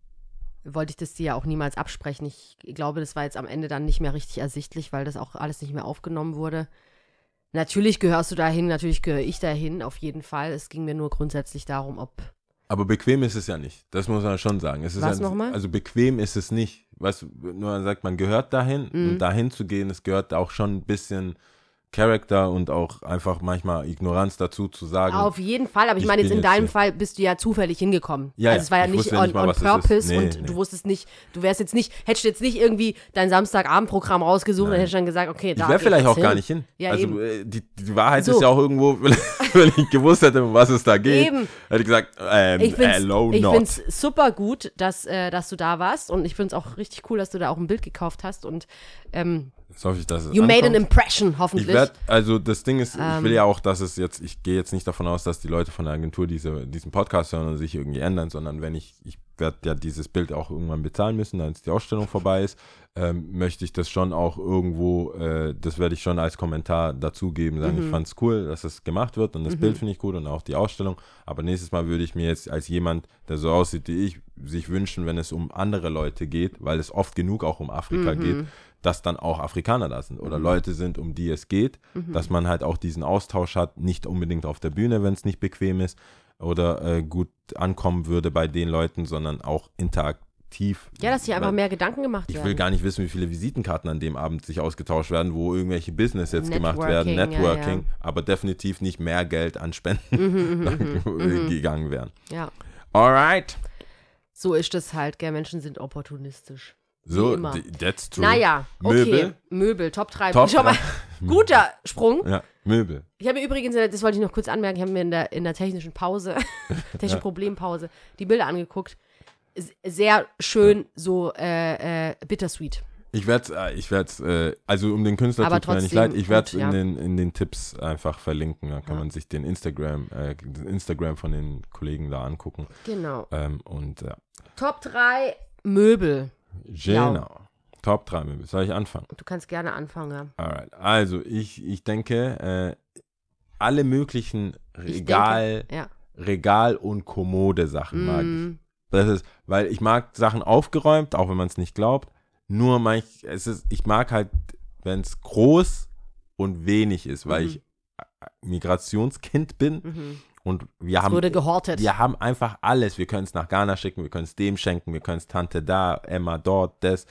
wollte ich das dir ja auch niemals absprechen. Ich glaube, das war jetzt am Ende dann nicht mehr richtig ersichtlich, weil das auch alles nicht mehr aufgenommen wurde. Natürlich gehörst du dahin, natürlich gehöre ich dahin, auf jeden Fall. Es ging mir nur grundsätzlich darum, ob Aber bequem ist es ja nicht. Das muss man schon sagen. Es ist Was ein, nochmal? Also bequem ist es nicht. Weißt du, nur man sagt, man gehört dahin Mhm. und dahin zu gehen, es gehört auch schon ein bisschen Charakter und auch einfach manchmal Ignoranz dazu zu sagen. Auf jeden Fall, aber ich, Ich meine, jetzt bin in jetzt deinem hier. Fall bist du ja zufällig hingekommen. Ja, also ja, es war ja ich nicht wusste ja on, nicht mal, on was es ist. purpose Nee, und nee. du wusstest nicht, du wärst jetzt nicht, hättest du jetzt nicht irgendwie dein Samstagabendprogramm rausgesucht und Nein. hättest dann gesagt, okay, da Ich wäre geh vielleicht jetzt auch hin. gar nicht hin. Ja, also eben. äh, die, die Wahrheit So. ist ja auch irgendwo, wenn ich gewusst hätte, um was es da geht, Eben. hätte ich gesagt, ähm, Ich finde hello es not. super gut, dass, äh, dass du da warst und ich finde es auch richtig cool, dass du da auch ein Bild gekauft hast und ähm, Jetzt hoffe ich, dass es you made an ankommt. impression, Ich hoffentlich. werde, also das Ding ist, ich Ähm. will ja auch, dass es jetzt, ich gehe jetzt nicht davon aus, dass die Leute von der Agentur diese, diesen Podcast hören und sich irgendwie ändern, sondern wenn ich, ich werde ja dieses Bild auch irgendwann bezahlen müssen, als die Ausstellung vorbei ist, ähm, möchte ich das schon auch irgendwo, äh, das werde ich schon als Kommentar dazugeben, sagen, Mhm. ich fand es cool, dass es gemacht wird und das Mhm. Bild finde ich gut und auch die Ausstellung, aber nächstes Mal würde ich mir jetzt als jemand, der so aussieht wie ich, sich wünschen, wenn es um andere Leute geht, weil es oft genug auch um Afrika Mhm. geht, dass dann auch Afrikaner da sind oder Leute sind, um die es geht, Mhm. dass man halt auch diesen Austausch hat, nicht unbedingt auf der Bühne, wenn es nicht bequem ist oder äh, gut ankommen würde bei den Leuten, sondern auch interaktiv. Ja, dass sich einfach Weil mehr Gedanken gemacht Ich werden. will gar nicht wissen, wie viele Visitenkarten an dem Abend sich ausgetauscht werden, wo irgendwelche Business jetzt gemacht Networking, werden, ja, Networking, ja. aber definitiv nicht mehr Geld an Spenden Mhm, mhm, mhm, mhm. gegangen werden. Ja, Alright. so ist es halt, gell, Menschen sind opportunistisch. So, immer. d- that's true. Naja, okay. Möbel. Möbel, Top drei. Top Schau mal, drei. guter Sprung. Ja, Möbel. Ich habe mir übrigens, das wollte ich noch kurz anmerken, ich habe mir in der, in der technischen Pause, technischen Ja. Problempause, die Bilder angeguckt. S- Sehr schön, so äh, äh, bittersweet. Ich werde es, ich werde äh, also um den Künstler Aber tut mir nicht trotzdem leid, ich werde es gut, in, ja. den, in den Tipps einfach verlinken, da kann Ja. man sich den Instagram, äh, den Instagram von den Kollegen da angucken. Genau. Ähm, und ja, Top drei Möbel. genau. Top drei Möbel. Soll ich anfangen? Du kannst gerne anfangen. Alright. Also ich, ich denke, äh, alle möglichen Ich Regal, denke, ja. Regal- und Kommode-Sachen mag ich. Mm, Das ist, weil ich mag Sachen aufgeräumt, auch wenn man es nicht glaubt. Nur mag ich, es ist, ich mag halt, wenn es groß und wenig ist, weil Mhm. ich äh, Migrationskind bin mhm. und wir Es haben, wurde gehortet. wir haben einfach alles. Wir können es nach Ghana schicken, wir können es dem schenken, wir können es Tante da, Emma dort, das.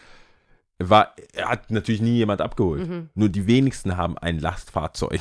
War, hat natürlich nie jemand abgeholt. Mhm. Nur die wenigsten haben ein Lastfahrzeug.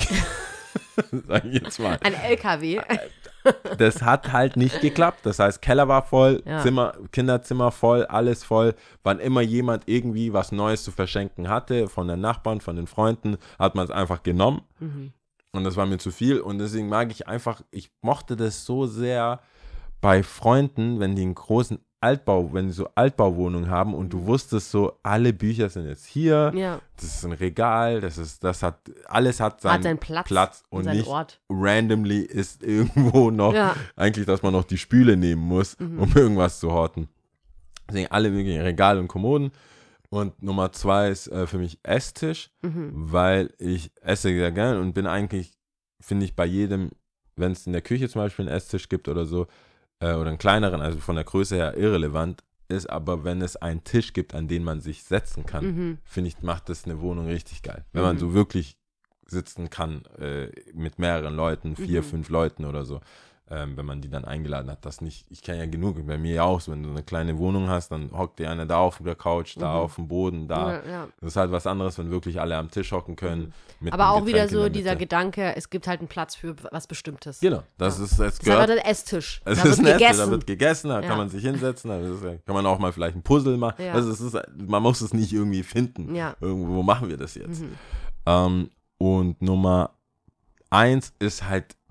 Sag ich jetzt mal. Ein L K W. Das hat halt nicht geklappt. Das heißt, Keller war voll, Ja. Zimmer, Kinderzimmer voll, alles voll. Wann immer jemand irgendwie was Neues zu verschenken hatte, von den Nachbarn, von den Freunden, hat man es einfach genommen. Mhm. Und das war mir zu viel. Und deswegen mag ich einfach, ich mochte das so sehr bei Freunden, wenn die einen großen Altbau, wenn die so Altbauwohnungen haben und du wusstest so, alle Bücher sind jetzt hier, Ja, das ist ein Regal, das ist, das hat, alles hat seinen, hat seinen Platz, Platz und und seinen nicht Ort. randomly ist irgendwo noch Ja. eigentlich, dass man noch die Spüle nehmen muss, Mhm. um irgendwas zu horten. Deswegen alle möglichen Regale und Kommoden. Und Nummer zwei ist äh, für mich Esstisch, Mhm. weil ich esse sehr gerne und bin eigentlich, finde ich, bei jedem, wenn es in der Küche zum Beispiel einen Esstisch gibt oder so, äh, oder einen kleineren, also von der Größe her irrelevant, ist aber, wenn es einen Tisch gibt, an den man sich setzen kann, Mhm. finde ich, macht das eine Wohnung richtig geil. Wenn man Mhm. so wirklich sitzen kann äh, mit mehreren Leuten, vier, Mhm. fünf Leuten oder so, ähm, wenn man die dann eingeladen hat, das nicht, ich kenne ja genug, bei mir ja auch, so, wenn du eine kleine Wohnung hast, dann hockt dir einer da auf der Couch, da Mhm. auf dem Boden, da. Ja, ja. Das ist halt was anderes, wenn wirklich alle am Tisch hocken können. Mit Aber einem auch wieder Getränk in so der dieser Mitte. Gedanke, es gibt halt einen Platz für was Bestimmtes. Genau, das Ja. ist, es Das ist gehört. einfach der Esstisch. Es Da ist wird nett, gegessen. da wird gegessen, da Ja. kann man sich hinsetzen, da ist, kann man auch mal vielleicht ein Puzzle machen. Ja. Also es ist, man muss es nicht irgendwie finden. Ja. Irgendwo, wo machen wir das jetzt? Mhm. Ähm, und Nummer eins ist halt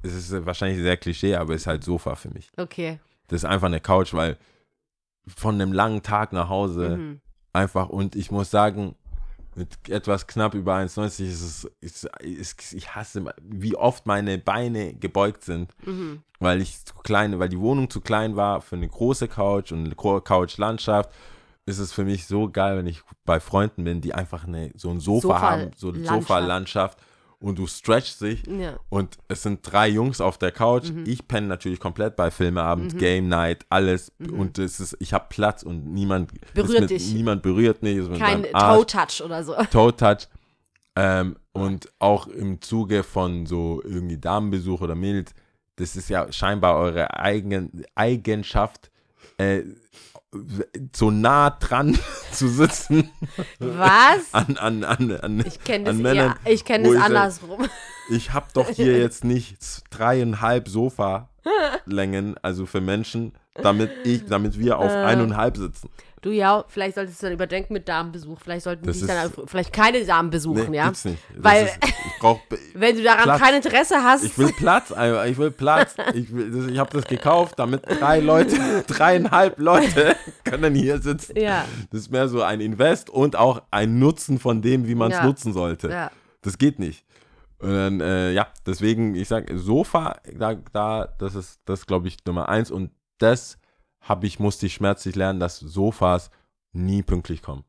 es ist wahrscheinlich sehr Klischee, aber es ist halt Sofa für mich. Okay. Das ist einfach eine Couch, weil von einem langen Tag nach Hause Mhm. einfach, und ich muss sagen, mit etwas knapp über eins neunzig ist es, ist, ist, ich hasse, wie oft meine Beine gebeugt sind, Mhm. weil ich zu klein, weil die Wohnung zu klein war für eine große Couch und eine Couch-Landschaft. Ist es für mich so geil, wenn ich bei Freunden bin, die einfach eine, so ein Sofa, Sofa- haben, so eine Landschaft. Sofa-Landschaft und du stretchst dich Ja. und es sind drei Jungs auf der Couch. Mhm. Ich penne natürlich komplett bei Filmeabend, Mhm. Game Night, alles Mhm. und es ist, ich habe Platz und niemand Berührt ist mit, dich. niemand berührt mich. Ist mit Kein meinem Arsch. Toe-Touch oder so. Toe-Touch. Ähm, und auch im Zuge von so irgendwie Damenbesuch oder Mädels, das ist ja scheinbar eure eigen, Eigenschaft, äh, so nah dran zu sitzen Was? an, an, an, an, Ich kenne das an eher, Männern, ich kenne wo das ich sag, andersrum. ich habe doch hier jetzt nicht dreieinhalb Sofa-Längen, also für Menschen, damit ich, damit wir auf Äh. eineinhalb sitzen. Du ja, vielleicht solltest du dann überdenken mit Damenbesuch. Vielleicht sollten Das die dann ist- auch- vielleicht keine Damen besuchen, Nee, ja? gibt's nicht. Das Weil- ist, ich brauch, Wenn du daran Platz. kein Interesse hast. Ich will Platz, einfach, ich will Platz. Ich, will- das- ich habe das gekauft, damit drei Leute, dreieinhalb Leute können hier sitzen. Ja, Das ist mehr so ein Invest und auch ein Nutzen von dem, wie man es Ja. nutzen sollte. ja. Das geht nicht. Und dann, äh, ja, deswegen, ich sage, Sofa, da, da, das ist, das glaube ich, Nummer eins. Und das habe ich, musste ich schmerzlich lernen, dass Sofas nie pünktlich kommen.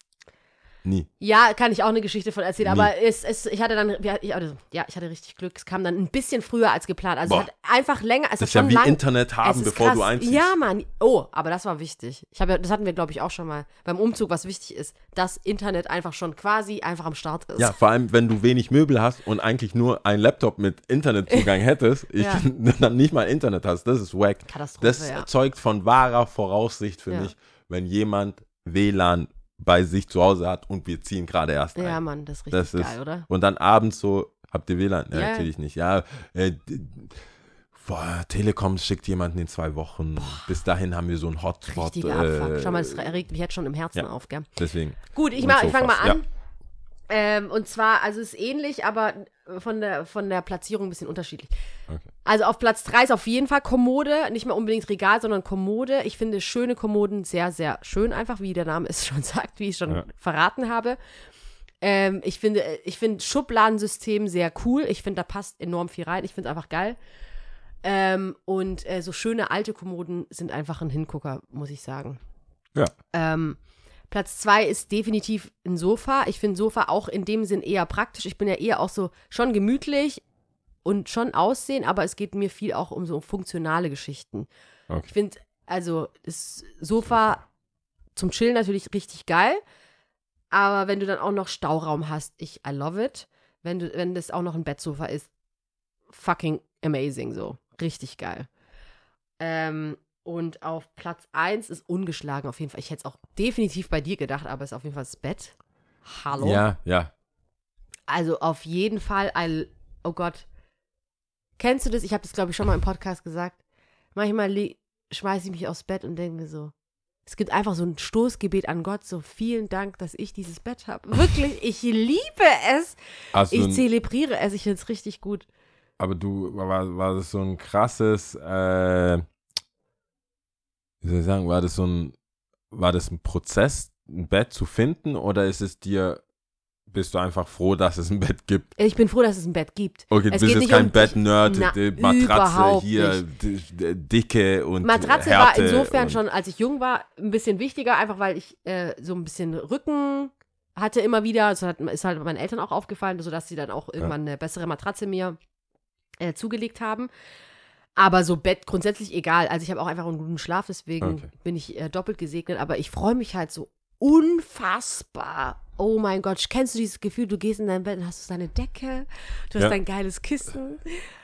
Nie. Ja, kann ich auch eine Geschichte von erzählen, Nie. aber es, es, ich hatte dann, ja, ich, also, ja, ich hatte richtig Glück. Es kam dann ein bisschen früher als geplant. Also Boah. es hat einfach länger, es Das hat ist ja schon wie lang, Internet haben, es ist bevor krass. du einziehst. Ja, Mann. Oh, aber das war wichtig. Ich habe ja, das hatten wir, glaube ich, auch schon mal beim Umzug, was wichtig ist, dass Internet einfach schon quasi einfach am Start ist. Ja, vor allem, wenn du wenig Möbel hast und eigentlich nur einen Laptop mit Internetzugang hättest, ich Ja. dann nicht mal Internet hast, das ist wack. Katastrophe, Das ja. zeugt von wahrer Voraussicht für Ja. mich, wenn jemand W L A N bei sich zu Hause hat und wir ziehen gerade erst ein. Ja, Mann, das ist richtig das ist, geil, oder? Und dann abends so, habt ihr W L A N? Ja, Ja. natürlich nicht. Ja, äh, d- boah, Telekom schickt jemanden in zwei Wochen. Bis dahin haben wir so einen Hotspot. Richtiger Abfuck. Äh, Schau mal, das regt mich jetzt schon im Herzen ja. auf, gell? Deswegen. Gut, ich, Und mach- ich fange Sofas, mal an. Ähm, und zwar, also es ist ähnlich, aber von der, von der Platzierung ein bisschen unterschiedlich. Okay. Also auf Platz drei ist auf jeden Fall Kommode, nicht mehr unbedingt Regal, sondern Kommode. Ich finde schöne Kommoden sehr, sehr schön, einfach wie der Name es schon sagt, wie ich schon Ja. verraten habe. Ähm, ich finde, ich finde Schubladensystem sehr cool. Ich finde, da passt enorm viel rein. Ich finde es einfach geil. Ähm, und äh, so schöne alte Kommoden sind einfach ein Hingucker, muss ich sagen. Ja. Ähm, Platz zwei ist definitiv ein Sofa. Ich finde Sofa auch in dem Sinn eher praktisch. Ich bin ja eher auch so schon gemütlich und schon aussehen, aber es geht mir viel auch um so funktionale Geschichten. Okay. Ich finde, also das Sofa zum Chillen natürlich richtig geil, aber wenn du dann auch noch Stauraum hast, ich, I love it. Wenn du, wenn das auch noch ein Bettsofa ist, fucking amazing so. Richtig geil. Ähm, und auf Platz eins ist ungeschlagen auf jeden Fall. Ich hätte es auch definitiv bei dir gedacht, aber es ist auf jeden Fall das Bett. Hallo. Ja, ja. Also auf jeden Fall, I, oh Gott. Kennst du das? Ich habe das, glaube ich, schon mal im Podcast gesagt. Manchmal le- schmeiße ich mich aufs Bett und denke mir so, es gibt einfach so ein Stoßgebet an Gott, so vielen Dank, dass ich dieses Bett habe. Wirklich, ich liebe es. Hast du Ich ein, zelebriere es, ich finde es richtig gut. aber du, war, war das so ein krasses, äh, wie soll ich sagen, war das so ein, war das ein Prozess, ein Bett zu finden oder ist es dir, bist du einfach froh, dass es ein Bett gibt? Ich bin froh, dass es ein Bett gibt. Okay, du Es bist geht jetzt nicht kein um- Bett-Nerd, Na, die Matratze überhaupt hier, die, die Dicke und Matratze Härte war insofern und, schon, als ich jung war, ein bisschen wichtiger, einfach weil ich äh, so ein bisschen Rücken hatte immer wieder. Das hat, ist halt meinen Eltern auch aufgefallen, sodass sie dann auch irgendwann eine bessere Matratze mir äh, zugelegt haben. Aber so Bett grundsätzlich egal. Also ich habe auch einfach einen guten Schlaf, deswegen Okay. bin ich äh, doppelt gesegnet. Aber ich freue mich halt so unfassbar. Oh mein Gott, kennst du dieses Gefühl, du gehst in dein Bett und hast deine Decke, du hast Ja. dein geiles Kissen.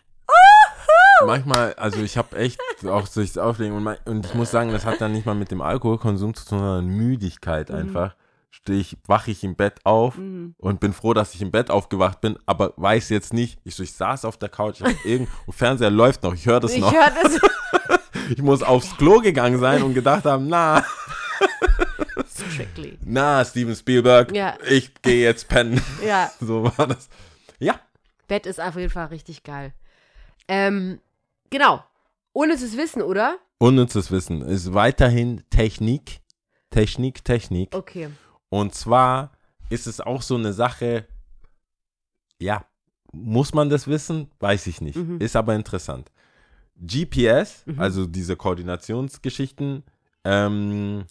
Manchmal, also ich habe echt auch durchs Auflegen und, mein, und ich muss sagen, das hat dann nicht mal mit dem Alkoholkonsum zu tun, sondern Müdigkeit Mhm. einfach. Stehe ich, wache ich im Bett auf Mhm. und bin froh, dass ich im Bett aufgewacht bin, aber weiß jetzt nicht, ich, so, ich saß auf der Couch, ich hab irgend, und Fernseher läuft noch, ich höre das Ich noch. höre das. Ich muss aufs Klo gegangen sein und gedacht haben, na, Strictly. na, Steven Spielberg, Ja. ich gehe jetzt pennen. Ja, So war das. Ja, Bett ist auf jeden Fall richtig geil. Ähm, genau. Unnützes Wissen, oder? Unnützes Wissen ist weiterhin Technik, Technik, Technik. Okay. Und zwar ist es auch so eine Sache, ja, muss man das wissen? Weiß ich nicht. Mhm. Ist aber interessant. G P S, Mhm. also diese Koordinationsgeschichten, ähm,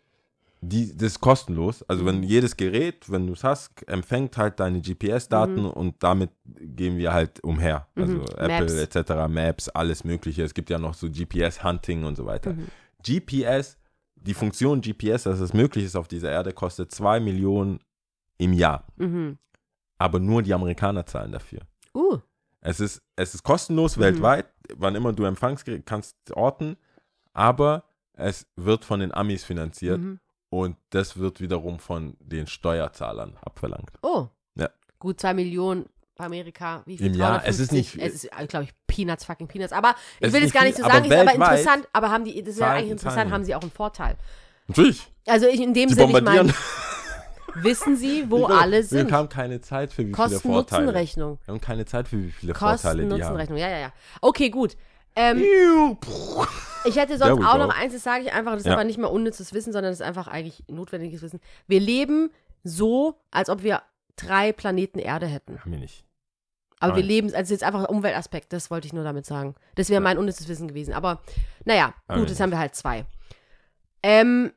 die, das ist kostenlos. Also wenn jedes Gerät, wenn du es hast, empfängt halt deine G P S-Daten Mhm. und damit gehen wir halt umher. Also Mhm. Apple Maps. et cetera, Maps, alles mögliche. Es gibt ja noch so G P S-Hunting und so weiter. Mhm. G P S, die Funktion G P S, dass es möglich ist auf dieser Erde, kostet zwei Millionen im Jahr. Mhm. Aber nur die Amerikaner zahlen dafür. Uh. Es ist, es ist kostenlos Mhm. weltweit, wann immer du Empfangsgerät kannst orten, aber es wird von den Amis finanziert Mhm. und das wird wiederum von den Steuerzahlern abverlangt. Oh. Ja. Gut, zwei Millionen bei Amerika. Wie viel? Im Jahr, es ist nicht- Es ist, glaube ich, Peanuts, fucking Peanuts. Aber Es ich will ist jetzt gar nicht nicht so viel, sagen, aber ist aber weltweit interessant. Aber haben die, das ist ja zahlen- eigentlich interessant, zahlen- haben sie auch einen Vorteil. Natürlich, Also ich, in dem die Sinne, ich bombardieren. meine, wissen sie, wo Ich will- alle Wir sind? haben keine Zeit für wie viele Vorteile. Kosten-Nutzen-Rechnung. Wir haben keine Zeit für wie viele Vorteile die haben. Kosten-Nutzen-Rechnung, ja, ja, ja. Okay, gut. Ähm, ich hätte There sonst we auch go. noch eins, das sage ich einfach, das ist Ja. aber nicht mehr unnützes Wissen, sondern das ist einfach eigentlich notwendiges Wissen. Wir leben so, als ob wir drei Planeten Erde hätten. Haben wir nicht. Aber wir Nein. leben, also jetzt einfach Umweltaspekt, das wollte ich nur damit sagen. Das wäre mein unnützes Wissen gewesen. Aber naja, Haben wir gut, jetzt nicht. haben wir halt zwei. Ähm,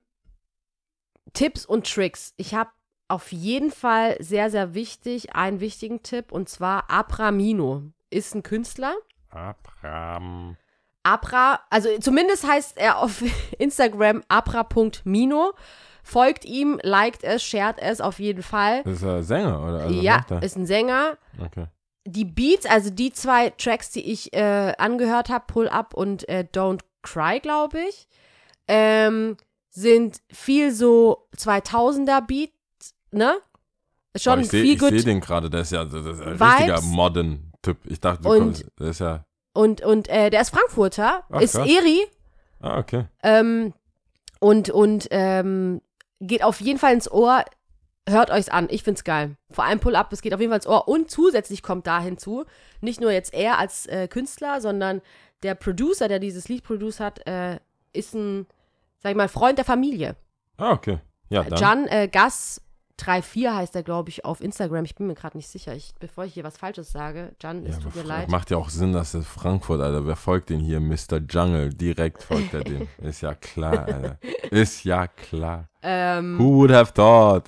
Tipps und Tricks. Ich habe auf jeden Fall sehr, sehr wichtig einen wichtigen Tipp und zwar Abramino ist ein Künstler. Abram. Abra, also zumindest heißt er auf Instagram abra punkt mino. Folgt ihm, liked es, shared es auf jeden Fall. Das ist ein Sänger, oder? Also was ja, macht er? ist ein Sänger. Okay. Die Beats, also die zwei Tracks, die ich äh, angehört habe, Pull Up und äh, Don't Cry, glaube ich, ähm, sind viel so zweitausender Beats, ne? Schon Oh, ich viel sehe gut. seh den gerade, der ist ja das ist ein Vibes. richtiger Modern-Typ. Ich dachte, du Und- kommst, der ist ja, Und, und äh, der ist Frankfurter, Ach, ist krass. Eri ah, okay. ähm, und, und ähm, geht auf jeden Fall ins Ohr. Hört euch's an, ich find's geil. Vor allem Pull Up, es geht auf jeden Fall ins Ohr. Und zusätzlich kommt da hinzu, nicht nur jetzt er als äh, Künstler, sondern der Producer, der dieses Lied produced hat, äh, ist ein, sag ich mal, Freund der Familie. Ah, okay. Ja, dann. Jan äh, Gas vierunddreißig heißt er, glaube ich, auf Instagram. Ich bin mir gerade nicht sicher. Ich, bevor ich hier was Falsches sage, Jan, Ja, es tut mir aber leid. macht ja auch Sinn, dass es Frankfurt, Alter. Wer folgt den hier? Mister Jungle. Direkt folgt er dem. Ist ja klar, Alter. Ist ja klar. Ähm, Who would have thought?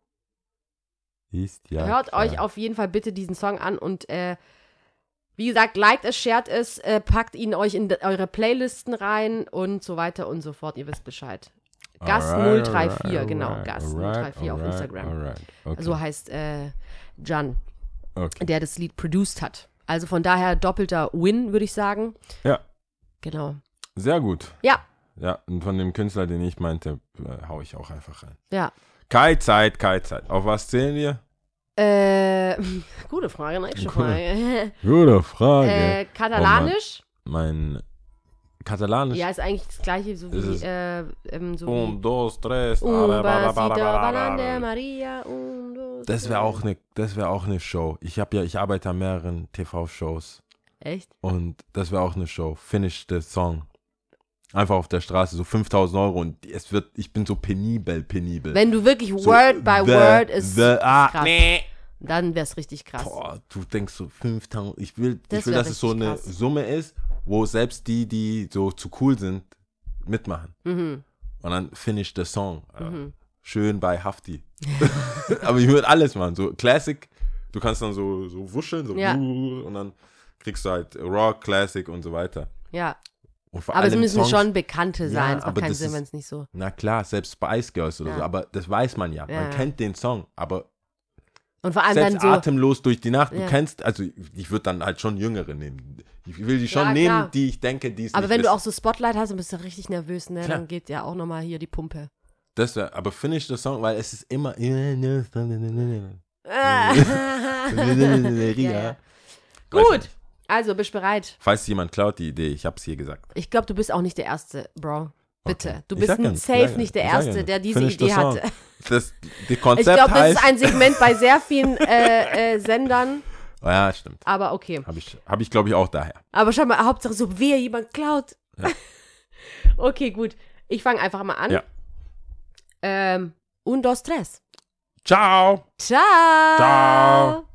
Ist ja Hört klar. euch auf jeden Fall bitte diesen Song an und äh, wie gesagt, liked es, shared es, äh, packt ihn euch in de- eure Playlisten rein und so weiter und so fort. Ihr wisst Bescheid. Gas null drei vier, genau, Gas null drei vier auf Instagram. Alright, okay. So heißt äh, Jan, okay. der das Lied produced hat. Also von daher doppelter Win, würde ich sagen. Ja. Genau. Sehr gut. Ja, Ja, und von dem Künstler, den ich meinte, äh, hau ich auch einfach rein. ja. Keine Zeit, keine Zeit. Auf was zählen wir? Äh, gute Frage, nächste Frage. Gute Frage. äh, Katalanisch? Mein Katalanisch. Ja, ist eigentlich das gleiche, so Ist wie, es- äh, ähm, so Un, wie dos, tres. Un besito para de Maria, un, dos, Das wäre tres. auch eine, das wäre auch eine Show. Ich habe ja, ich arbeite an mehreren T V-Shows Echt? und das wäre auch eine Show. Finish the song. Einfach auf der Straße, so fünftausend Euro und es wird, ich bin so penibel, penibel. Wenn du wirklich So, Word by the- Word ist, the, ist ah, krass. nee. Dann wär's richtig krass. Boah, du denkst so fünftausend, ich will, Das ich will, wär dass es so richtig eine krass. Summe ist, wo selbst die, die so zu cool sind, mitmachen. Mhm. Und dann finish the song. Äh, Mhm. Schön bei Hafti. Aber ich würde alles machen. So Classic, du kannst dann so, so wuscheln, so Ja. und dann kriegst du halt Rock, Classic und so weiter. Ja, Und vor aber es allem müssen Songs, schon Bekannte sein. Ja, es macht aber keinen das Sinn, ist- wenn es nicht so. Na klar, selbst Spice Girls oder Ja. so, aber das weiß man ja. Ja, Man ja. kennt den Song, aber Und vor allem selbst dann so. atemlos durch die Nacht, du Ja. kennst, also ich würde dann halt schon Jüngere nehmen. Ich will die schon Ja, nehmen, klar. die ich denke, die es Aber nicht wenn du wissen. auch so Spotlight hast und bist du richtig nervös, ne, Klar. dann geht ja auch nochmal hier die Pumpe. Das wär, aber finish the song, weil es ist immer ja, ja. Gut, also bist bereit. Falls jemand klaut die Idee, ich hab's hier gesagt. Ich glaube, du bist auch nicht der Erste, Bro. Bitte. Okay. Du Ich bist sag ja ein nicht, safe ich sag ja nicht der nicht, ich sag ja Erste, nicht. der diese Finish the Idee song. hatte. Das die Ich Konzept glaube, das heißt ist ein Segment bei sehr vielen äh, äh, Sendern. Ja, stimmt. Aber okay. Habe ich, hab ich glaube ich, auch daher. Aber schau mal, Hauptsache so, wer jemand klaut. Ja. Okay, gut. Ich fange einfach mal an. Ja. Ähm, un, dos, tres. Ciao. Ciao. Ciao.